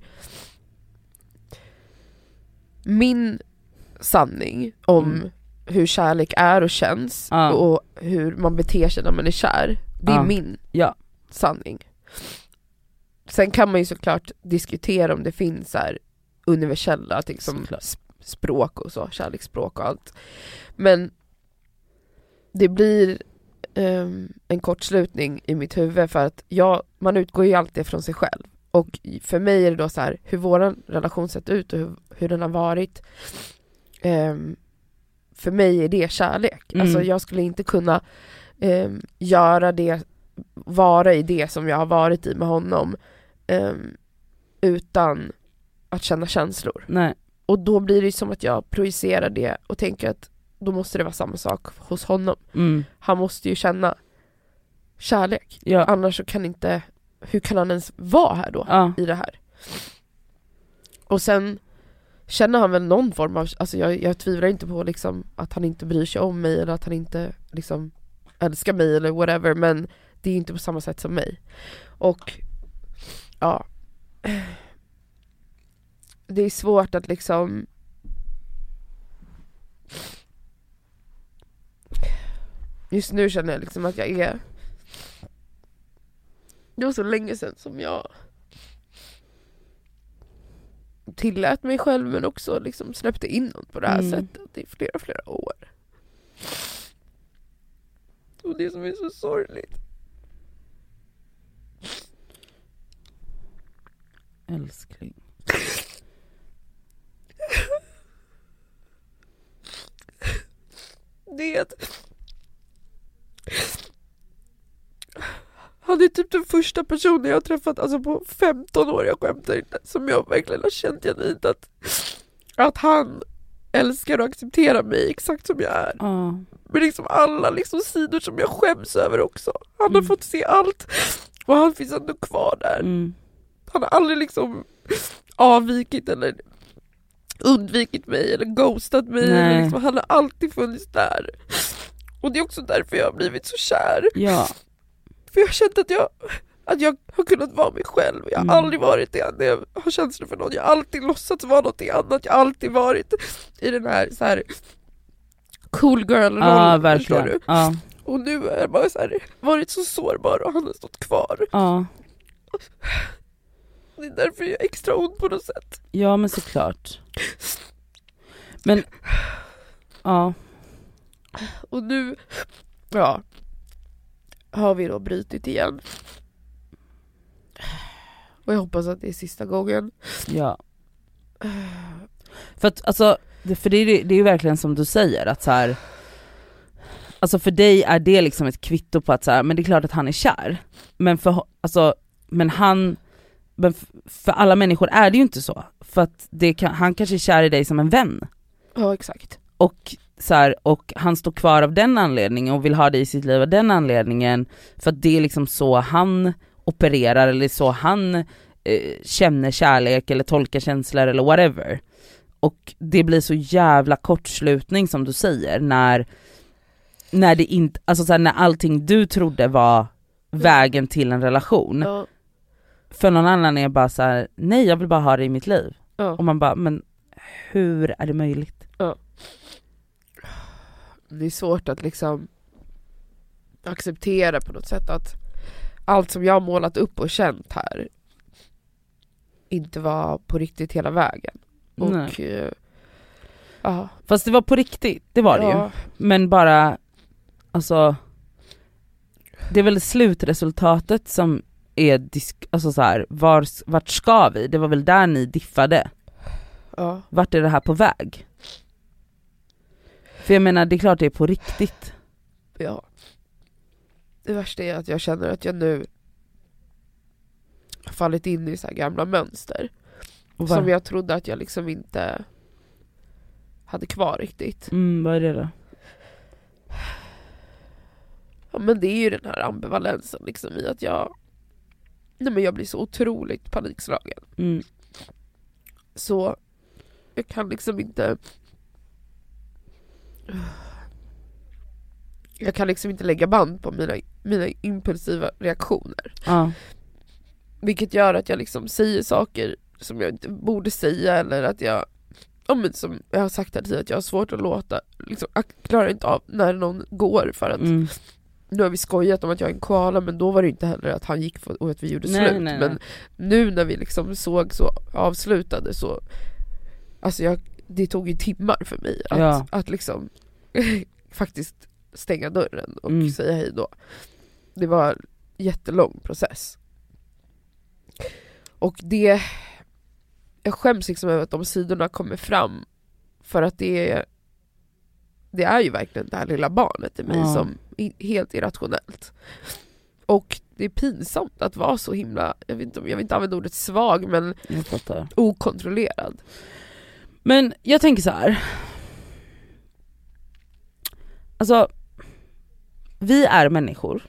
min sanning om Mm. hur kärlek är och känns, Ja. och hur man beter sig när man är kär, det är Ja. min Ja. sanning. Sen kan man ju såklart diskutera om det finns så här universella liksom, Såklart. sp- språk och så, kärleksspråk och allt. Men det blir um, en kortslutning i mitt huvud, för att jag, man utgår ju alltid från sig själv. Och för mig är det då så här, hur vår relation sett ut och hur, hur den har varit. Um, för mig är det kärlek. Mm. Alltså jag skulle inte kunna um, göra det, vara i det som jag har varit i med honom um, utan att känna känslor. Nej. Och då blir det ju som att jag projicerar det och tänker att då måste det vara samma sak hos honom. Mm. Han måste ju känna kärlek. Ja. Annars så kan inte, hur kan han ens vara här då Ja. i det här? Och sen känner han väl någon form av, alltså jag, jag tvivlar inte på liksom att han inte bryr sig om mig eller att han inte liksom älskar mig eller whatever, men det är inte på samma sätt som mig. Och ja, det är svårt att liksom just nu känner jag liksom att jag är, det var så länge sedan som jag tillät mig själv men också liksom släppte in något på det här mm. sättet i flera flera år. Och det som är så sorgligt. Älskling. Det är att han är typ den första personen jag har träffat alltså på femton år, jag skämtar inte, som jag verkligen har känt genuint att, att han älskar och accepterar mig exakt som jag är. Uh. Men liksom alla liksom sidor som jag skäms över också. Han mm. har fått se allt och han finns ändå kvar där. Mm. Han har aldrig liksom avvikit eller undvikit mig eller ghostat mig. Eller liksom, han har alltid funnits där. Och det är också därför jag har blivit så kär. Ja. För jag har känt att jag, att jag har kunnat vara mig själv. Jag har mm. aldrig varit det när jag har känslor för någon. Jag har alltid låtsats vara något annat. Jag har alltid varit i den här, så här cool girl-rollen. Ja, verkligen. Ja. Och nu har jag bara så här, varit så sårbar och han har stått kvar. Ja. Det är därför jag är extra ont på något sätt. Ja, men såklart. Men, ja. Och nu, ja, har vi då brytit igen. Och jag hoppas att det är sista gången. Ja. För att, alltså, för det är, det är ju verkligen som du säger, att så här, alltså för dig är det liksom ett kvitto på att så här, men det är klart att han är kär. Men för, alltså, men han, men för alla människor är det ju inte så. För att det kan, han kanske är kär i dig som en vän. Ja, exakt. Och så här, och han står kvar av den anledningen och vill ha dig i sitt liv av den anledningen, för att det är liksom så han opererar, eller så han eh, känner kärlek eller tolkar känslor eller whatever. Och det blir så jävla kortslutning som du säger när när det inte, alltså så här, när allting du trodde var vägen till en relation. Ja. För någon annan är bara så här: nej, jag vill bara ha det i mitt liv. Ja. Och man bara, men hur är det möjligt? Ja. Det är svårt att liksom acceptera på något sätt att allt som jag har målat upp och känt här inte var på riktigt hela vägen. Och uh, uh, fast det var på riktigt, det var det ja. ju. Men bara, alltså, det är väl slutresultatet som är disk, alltså så här, var, vart ska vi? Det var väl där ni diffade. Ja. Vart är det här på väg? För jag menar, det är klart det är på riktigt. Ja. Det värsta är att jag känner att jag nu har fallit in i så här gamla mönster. Som jag trodde att jag liksom inte hade kvar riktigt. Mm, vad är det då? Ja, men det är ju den här ambivalensen liksom i att jag nej men jag blir så otroligt panikslagen. Mm. Så jag kan liksom inte jag kan liksom inte lägga band på mina, mina impulsiva reaktioner. Ja. Vilket gör att jag liksom säger saker som jag inte borde säga, eller att jag, ja, men som jag har sagt här tidigare, att jag har svårt att låta, liksom, jag klarar inte av när någon går, för att mm. nu har vi skojat om att jag är en koala, men då var det inte heller att han gick för, och att vi gjorde nej, slut. nej, men nej. Nu när vi liksom såg så avslutade, så alltså jag, det tog ju timmar för mig att, ja. att liksom faktiskt stänga dörren och mm. säga hej då. Det var en jättelång process. Och det, jag skäms liksom över att de sidorna kommer fram, för att det är, det är ju verkligen det här lilla barnet i mig ja. som är helt irrationellt. Och det är pinsamt att vara så himla, jag vet inte, jag vill inte använda ordet svag, men okontrollerad. Men jag tänker så här. Alltså, vi är människor.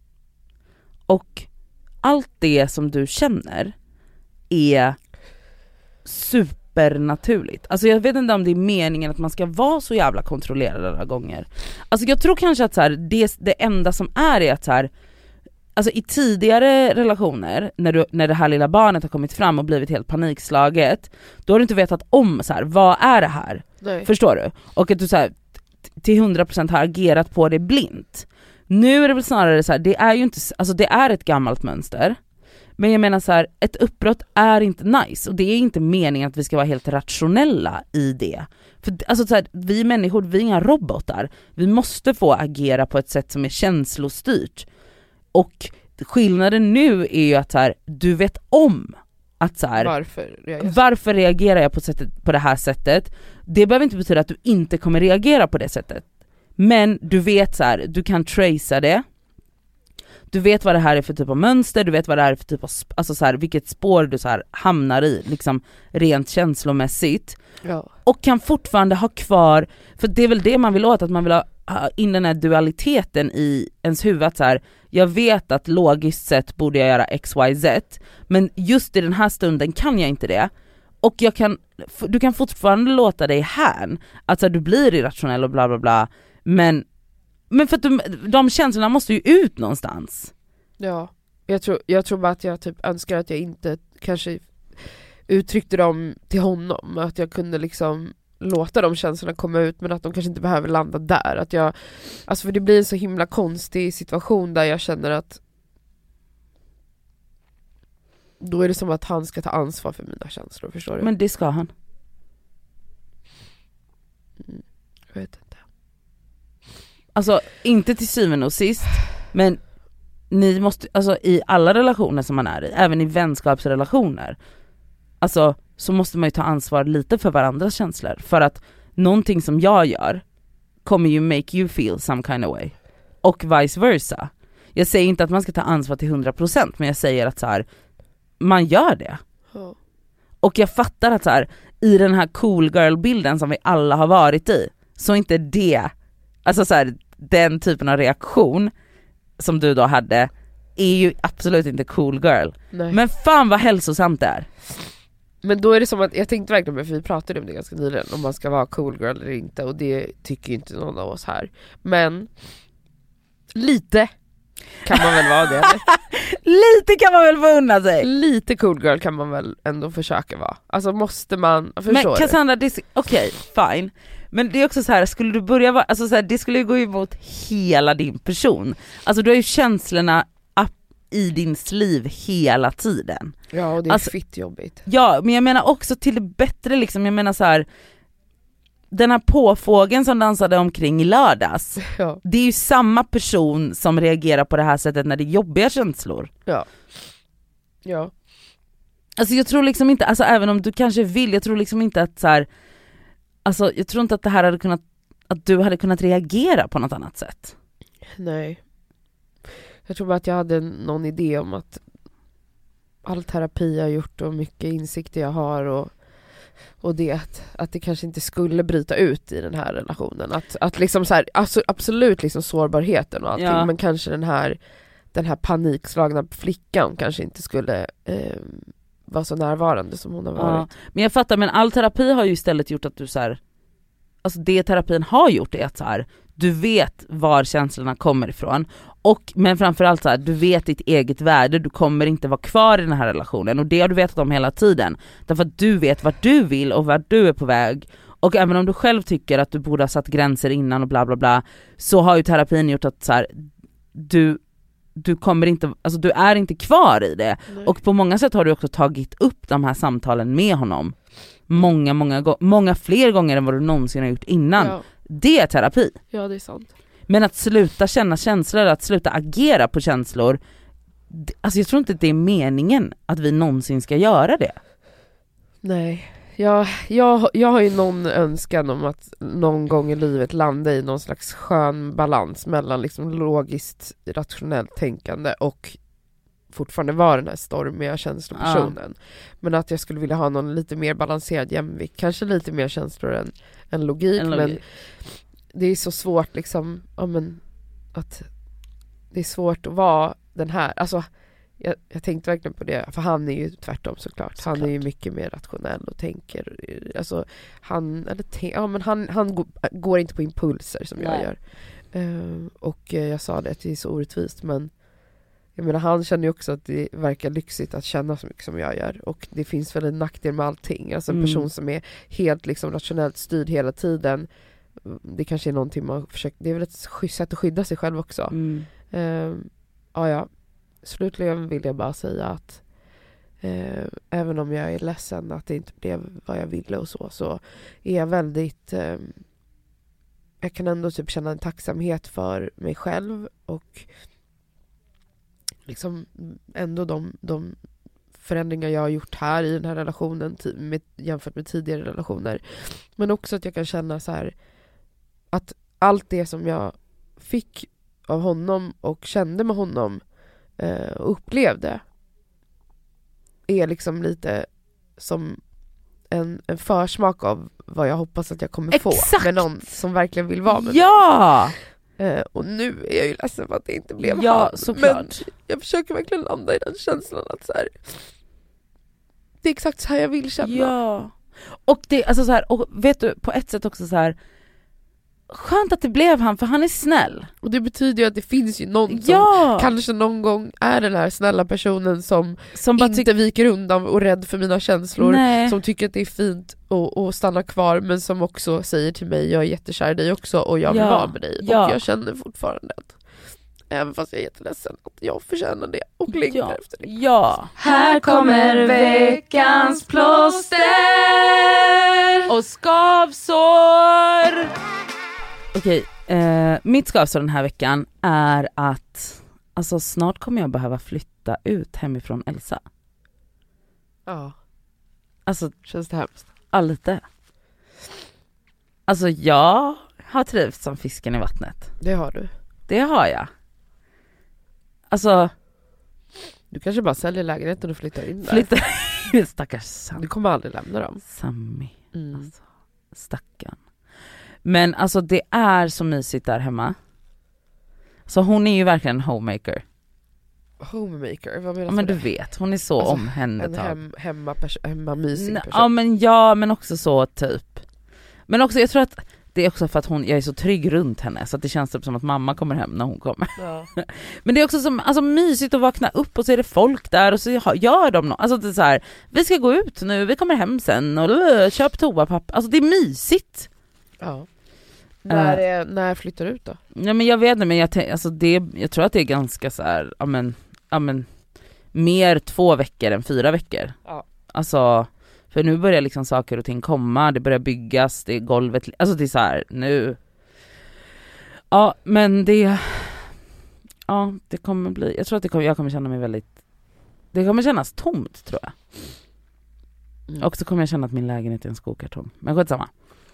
Och allt det som du känner är supernaturligt. Alltså jag vet inte om det är meningen att man ska vara så jävla kontrollerad alla gånger. Alltså jag tror kanske att så här, det, det enda som är är att så här, alltså i tidigare relationer när, du, när det här lilla barnet har kommit fram och blivit helt panikslaget, då har du inte vetat om så här, vad är det här? Nej. Förstår du? Och att du så här, till hundra procent har agerat på det blint. Nu är det väl snarare så här, det är ju inte, alltså det är ett gammalt mönster. Men jag menar så här, ett uppbrott är inte nice och det är inte meningen att vi ska vara helt rationella i det. För alltså så här, vi människor, vi är inga robotar. Vi måste få agera på ett sätt som är känslostyrt. Och skillnaden nu är ju att så här, du vet om att så här, varför, reagerar varför reagerar jag på, sättet, på det här sättet. Det behöver inte betyda att du inte kommer reagera på det sättet. Men du vet så här, du kan tracea det. Du vet vad det här är för typ av mönster, du vet vad det här är för typ av, alltså så här, vilket spår du så här hamnar i, liksom rent känslomässigt. Ja. Och kan fortfarande ha kvar, för det är väl det man vill åt, att man vill ha, ha in den här dualiteten i ens huvud, att så här, jag vet att logiskt sett borde jag göra X Y Z, men just i den här stunden kan jag inte det. Och jag kan, du kan fortfarande låta dig här, alltså du blir irrationell och bla bla bla, men Men för att de, de känslorna måste ju ut någonstans. Ja, jag tror, jag tror bara att jag typ önskar att jag inte kanske uttryckte dem till honom. Att jag kunde liksom låta de känslorna komma ut, men att de kanske inte behöver landa där. Att jag, alltså för det blir en så himla konstig situation där jag känner att då är det som att han ska ta ansvar för mina känslor, förstår du? Men det ska han. Mm, jag vet inte. Alltså inte till syvende och sist, men ni måste, alltså i alla relationer som man är i, även i vänskapsrelationer, alltså så måste man ju ta ansvar lite för varandras känslor, för att någonting som jag gör kommer ju make you feel some kind of way, och vice versa. Jag säger inte att man ska ta ansvar till hundra procent, men jag säger att så här, man gör det. Oh. Och jag fattar att så här, i den här cool girl-bilden som vi alla har varit i, så inte det, alltså så här, den typen av reaktion som du då hade är ju absolut inte cool girl. Nej. Men fan vad hälsosamt det är. Men då är det som att, jag tänkte verkligen, för vi pratade om det ganska nyligen, om man ska vara cool girl eller inte, och det tycker ju inte någon av oss här. Men lite kan man väl vara det, eller? Lite kan man väl få unna sig. Lite cool girl kan man väl ändå försöka vara. Alltså måste man, förstår Men Cassandra, okej, okay, fine. Men det är också så här, skulle du börja vara, alltså så här, det skulle ju gå emot hela din person. Alltså du har ju känslorna i din sliv hela tiden. Ja, och det är alltså, fitt jobbigt. Ja, men jag menar också till det bättre liksom, jag menar så här, den här påfågeln som dansade omkring i lördags, Ja. det är ju samma person som reagerar på det här sättet när det är jobbiga känslor. Ja. Ja. Alltså jag tror liksom inte, alltså även om du kanske vill, jag tror liksom inte att så här, alltså jag tror inte att det här hade kunnat, att du hade kunnat reagera på något annat sätt. Nej. Jag tror bara att jag hade någon idé om att all terapi jag har gjort och mycket insikter jag har och, och det att, att det kanske inte skulle bryta ut i den här relationen. Att, att liksom så här, alltså absolut liksom sårbarheten och allting, Ja. men kanske den här, den här panikslagna flickan kanske inte skulle eh, vara så närvarande som hon har varit. Ja. Men jag fattar, men all terapi har ju istället gjort att du så här, alltså det terapin har gjort är att så här, du vet var känslorna kommer ifrån, och men framförallt så här, du vet ditt eget värde, du kommer inte vara kvar i den här relationen, och det har du vetat om hela tiden, därför att du vet vart du vill och vart du är på väg, och även om du själv tycker att du borde ha satt gränser innan och bla bla bla, så har ju terapin gjort att så här, du du kommer inte, alltså du är inte kvar i det. Nej. Och på många sätt har du också tagit upp de här samtalen med honom många, många, go- många fler gånger än vad du någonsin har gjort innan. Ja. Det är terapi. Ja, det är sant. Men att sluta känna känslor, att sluta agera på känslor, det, alltså jag tror inte att det är meningen att vi någonsin ska göra det. Nej. Jag, jag, jag har ju någon önskan om att någon gång i livet landa i någon slags skön balans mellan liksom logiskt, rationellt tänkande och fortfarande vara den här stormiga känslopersonen. Ja. Men att jag skulle vilja ha någon lite mer balanserad jämvikt. Kanske lite mer känslor än, än logik. En logik. Men det är så svårt liksom, ja, men, att det är svårt att vara den här. Alltså, jag, jag tänkte verkligen på det, för han är ju tvärtom såklart. Han Såklart. är ju mycket mer rationell och tänker, alltså han, eller te, ja, men han, han går, går inte på impulser som jag Nej. gör. Uh, och uh, jag sa det att det är så orättvist, men jag menar, han känner ju också att det verkar lyxigt att känna så mycket som jag gör. Och det finns väl en nackdel med allting. Alltså en Mm. person som är helt liksom rationellt styrd hela tiden. Det kanske är någonting man försöker, det är väl ett sky- sätt att skydda sig själv också. Mm. Uh, ja, ja. Slutligen vill jag bara säga att uh, även om jag är ledsen att det inte blev vad jag ville och så, så är jag väldigt uh, jag kan ändå typ känna en tacksamhet för mig själv och liksom ändå de, de förändringar jag har gjort här i den här relationen t- med, jämfört med tidigare relationer. Men också att jag kan känna så här att allt det som jag fick av honom och kände med honom eh, och upplevde är liksom lite som en, en försmak av vad jag hoppas att jag kommer Exakt! få med någon som verkligen vill vara med Ja! mig. Eh, och nu är jag ju ledsen för att det inte blev Ja, han. såklart. Men jag försöker verkligen landa i den känslan att så här, det är exakt så här jag vill känna. Ja. Och det, alltså så här, och vet du, på ett sätt också så här, skönt att det blev han, för han är snäll. Och det betyder ju att det finns ju någon som Ja! kanske någon gång är den här snälla personen som, Som bara inte viker undan och rädd för mina känslor. Nej. Som tycker att det är fint att, att stanna kvar, men som också säger till mig, jag är jättekär i dig också och jag vill Ja. vara med dig. Ja. Och jag känner fortfarande att även fast jag är jätteledsen att jag förtjänar det och längtar Ja. efter det. Ja. Här kommer veckans plåster. Och skavsår! Okej, eh, mitt skavsår den här veckan är att alltså, snart kommer jag behöva flytta ut hemifrån Elsa. Ja, Alltså, känns det hemskt. ja, lite. Alltså jag har trivts som fisken i vattnet. Det har du. Det har jag. Alltså, Du kanske bara säljer lägenheten och flyttar in där. flytta... Stackars Sam. Du kommer aldrig lämna dem. Sammy. Mm. Alltså, stackarn. Men alltså det är så mysigt där hemma. Så hon är ju verkligen en homemaker. Homemaker, vad menar Ja, men du? du vet, hon är så Alltså, En omhändertagande. hem, hemma, pers- hemma mysig Nej, person. ja men ja, men också så typ. Men också jag tror att det är också för att hon, jag är så trygg runt henne så att det känns typ som att mamma kommer hem när hon kommer. Ja. Men det är också som, alltså, mysigt att vakna upp och så är det folk där och så gör de något. Alltså det är så här, vi ska gå ut nu, vi kommer hem sen och uh, köp toapapper. Alltså det är mysigt. Ja. När, är, när flyttar du ut då? Ja men jag vet inte, men jag, tänk, alltså det, jag tror att det är ganska så här, ja men, ja men mer två veckor än fyra veckor. Ja. Alltså, för nu börjar liksom saker och ting komma, det börjar byggas, det är golvet, alltså det är så här nu. Ja, men det, ja det kommer bli, jag tror att det kommer, jag kommer känna mig väldigt, det kommer kännas tomt tror jag. Mm. Och så kommer jag känna att min lägenhet är en skokartong, men skitsamma.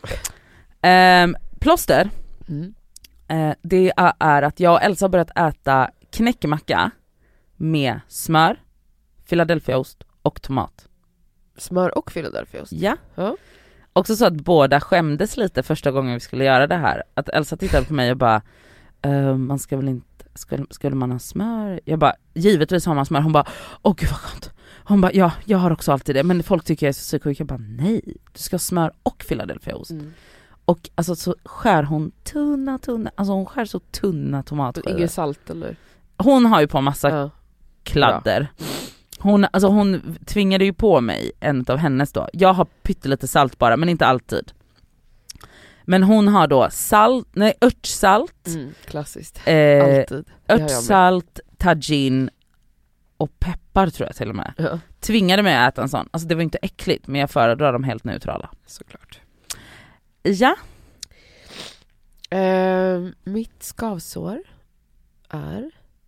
um, plåster. Mm. Eh, det är att jag och Elsa har börjat äta knäckemacka med smör, Philadelphiaost och tomat. Smör och Philadelphiaost. Ja. Ja. Också så att båda skämdes lite första gången vi skulle göra det här. Att Elsa tittade på mig och bara, eh, man ska väl inte, skulle, skulle man ha smör? Jag bara, givetvis har man smör. Hon bara, åh gud vad skönt. Hon bara, ja, jag har också alltid det. Men folk tycker jag är så psykosjuk. Jag bara, nej, du ska ha smör och Philadelphiaost. Mm. Och alltså så skär hon tunna, tunna, alltså hon skär så tunna tomatskivor. Inget salt eller? Hon har ju på massa Ja. kladder. Hon, alltså hon tvingade ju på mig en av hennes då. Jag har pyttelite salt bara, men inte alltid. Men hon har då salt, nej örtsalt, Mm, klassiskt. eh, Alltid. Det har jag med. örtsalt, tajin och peppar tror jag till och med. Ja, Tvingade mig att äta en sån. Alltså det var inte äckligt, men jag föredrar dem helt neutrala. såklart. Ja. Eh, mitt skavsår är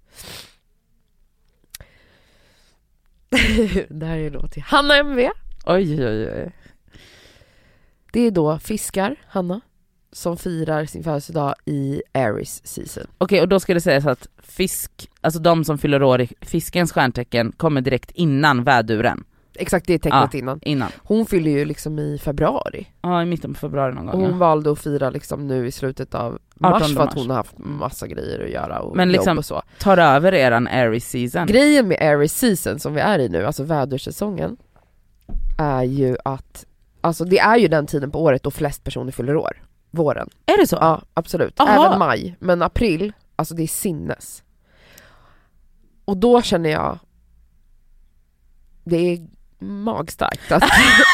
det här är då till Hanna M V. Oj oj oj. Det är då fiskar, Hanna, som firar sin födelsedag i Aries season. Okej, och då ska det sägas att fisk, alltså de som fyller år i fiskens stjärntecken kommer direkt innan väduren. Exakt, det är tecknet Ja. innan. Innan. Hon fyller ju liksom i februari. Ja, i mitten på februari någon Och gång. hon Ja. valde att fira liksom nu i slutet av mars för att hon har haft massa grejer att göra och men liksom jobb och så. Tar över eran Aries season. Grejen med Aries season som vi är i nu, alltså vädersäsongen, är ju att alltså det är ju den tiden på året då flest personer fyller år. Våren. Är det så? Ja, absolut. Aha. Även maj, men april, alltså det är sinnes. Och då känner jag det är magstarkt att,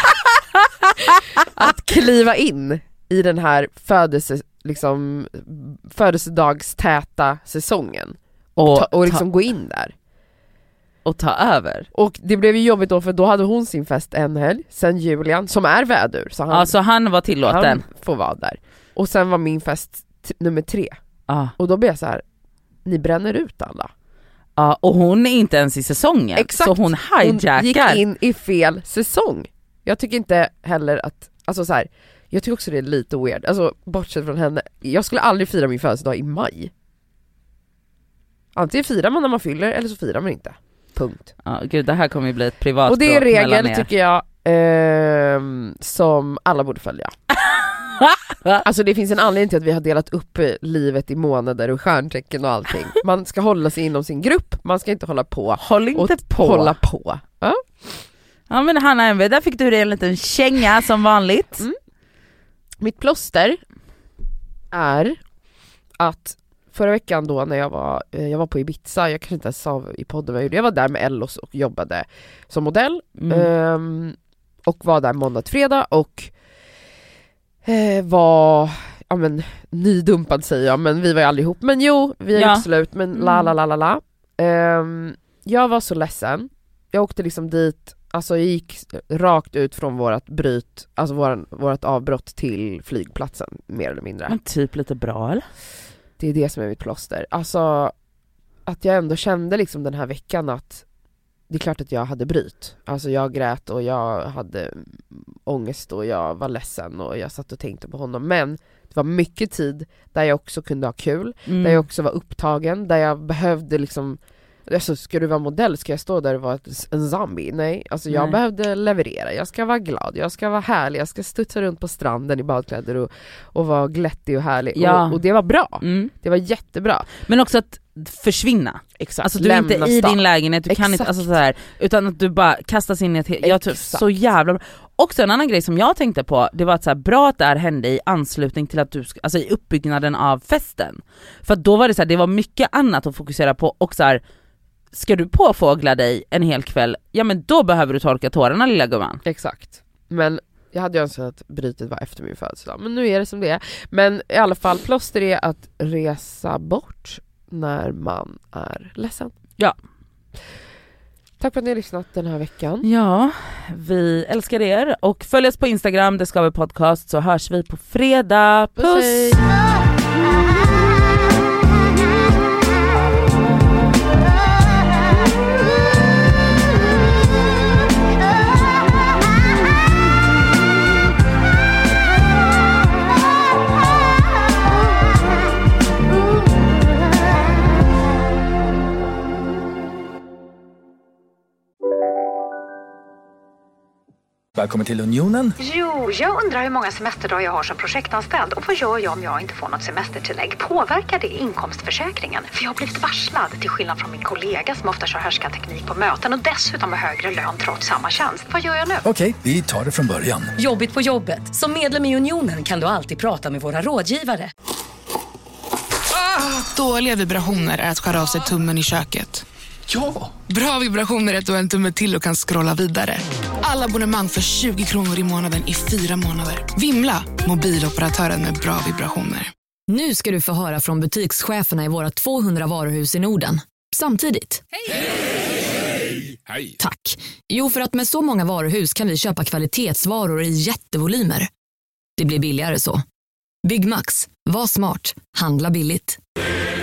att kliva in i den här födelse, liksom, födelsedagstäta säsongen och, Och, ta, och ta, liksom gå in där. och ta över. Och det blev ju jobbigt då, för då hade hon sin fest en helg, sen Julian som är vädur, så han, Ja, så han var tillåten. han får vara där. Och sen var min fest t- nummer tre. Ja. Och då blev jag så här: ni bränner ut alla. Ja, och hon är inte ens i säsongen. Exakt. Så hon hijackar. Hon gick in i fel säsong. Jag tycker inte heller att, alltså så här, jag tycker också det är lite weird. Alltså bortsett från henne, jag skulle aldrig fira min födelsedag i maj. Antingen firar man när man fyller eller så firar man inte. Punkt. Ja, gud, det här kommer ju bli ett privat Och det är en bråk mellan regel er. tycker jag ehm, som alla borde följa. Alltså det finns en anledning till att vi har delat upp livet i månader och stjärntecken och allting. Man ska hålla sig inom sin grupp, man ska inte hålla på Håll inte och på. hålla på. Ja? Ja, men Hanna M V, där fick du det en liten känga som vanligt. Mm. Mitt plåster är att förra veckan då när jag var, jag var på Ibiza, jag kanske inte ens sa i podden vad jag gjorde, jag var där med Ellos och jobbade som modell. Mm. Um, och var där måndag till fredag och eh, var ja, men, nydumpad säger jag, men vi var ju aldrig ihop. Men jo, vi har Ja. gjort slut, men la la la la la. Um, jag var så ledsen. Jag åkte liksom dit, alltså jag gick rakt ut från vårat bryt, alltså våran, vårat avbrott till flygplatsen, mer eller mindre. Men typ lite bra, eller? Det är det som är mitt plåster. Alltså att jag ändå kände liksom den här veckan att det är klart att jag hade bryt. Alltså jag grät och jag hade ångest och jag var ledsen och jag satt och tänkte på honom. Men det var mycket tid där jag också kunde ha kul, Mm. där jag också var upptagen, där jag behövde liksom, alltså ska du vara modell, ska jag stå där och vara en zombie? Nej, alltså jag Nej. behövde leverera, jag ska vara glad, jag ska vara härlig, jag ska studsa runt på stranden i badkläder och, och vara glättig och härlig. Ja. Och, och det var bra, Mm. det var jättebra. Men också att försvinna. Exakt. Alltså du är inte i din lägenhet, du kan inte, Exakt. alltså så här, utan att du bara kastas in i ett helt, jag tror Exakt. så jävla bra. Också en annan grej som jag tänkte på, det var att så här, bra att det här hände i anslutning till att du, sk- alltså i uppbyggnaden av festen. För att då var det så här, det var mycket annat att fokusera på och så här, ska du påfågla dig en hel kväll, ja men då behöver du torka tårarna lilla gumman. Exakt. Men jag hade ju önskat att brytet var efter min födelsedag, men nu är det som det är. Men i alla fall, plåster är att resa bort när man är ledsen. Ja. Tack för att ni har lyssnat den här veckan. Ja, vi älskar er och följ oss på Instagram, det ska vi podcast, så hörs vi på fredag. Puss! Puss, hej. Välkommen till Unionen. Jo, jag undrar hur många semesterdagar jag har som projektanställd och vad gör jag om jag inte får något semestertillägg? Påverkar det inkomstförsäkringen? För jag har blivit varslad, till skillnad från min kollega som ofta kör härskarteknik på möten och dessutom har högre lön trots samma tjänst. Vad gör jag nu? Okej, vi tar det från början. Jobbigt på jobbet. Som medlem i Unionen kan du alltid prata med våra rådgivare. Dåliga vibrationer är att skära av sig tummen i köket. Ja! Bra vibrationer är att du har en tumme till och kan scrolla vidare. Alla abonnemang för tjugo kronor i månaden i fyra månader. Vimla! Mobiloperatören med bra vibrationer. Nu ska du få höra från butikscheferna i våra tvåhundra varuhus i Norden. Samtidigt. Hej! Hej! Tack. Jo, för att med så många varuhus kan vi köpa kvalitetsvaror i jättevolymer. Det blir billigare så. Byggmax. Var smart. Handla billigt.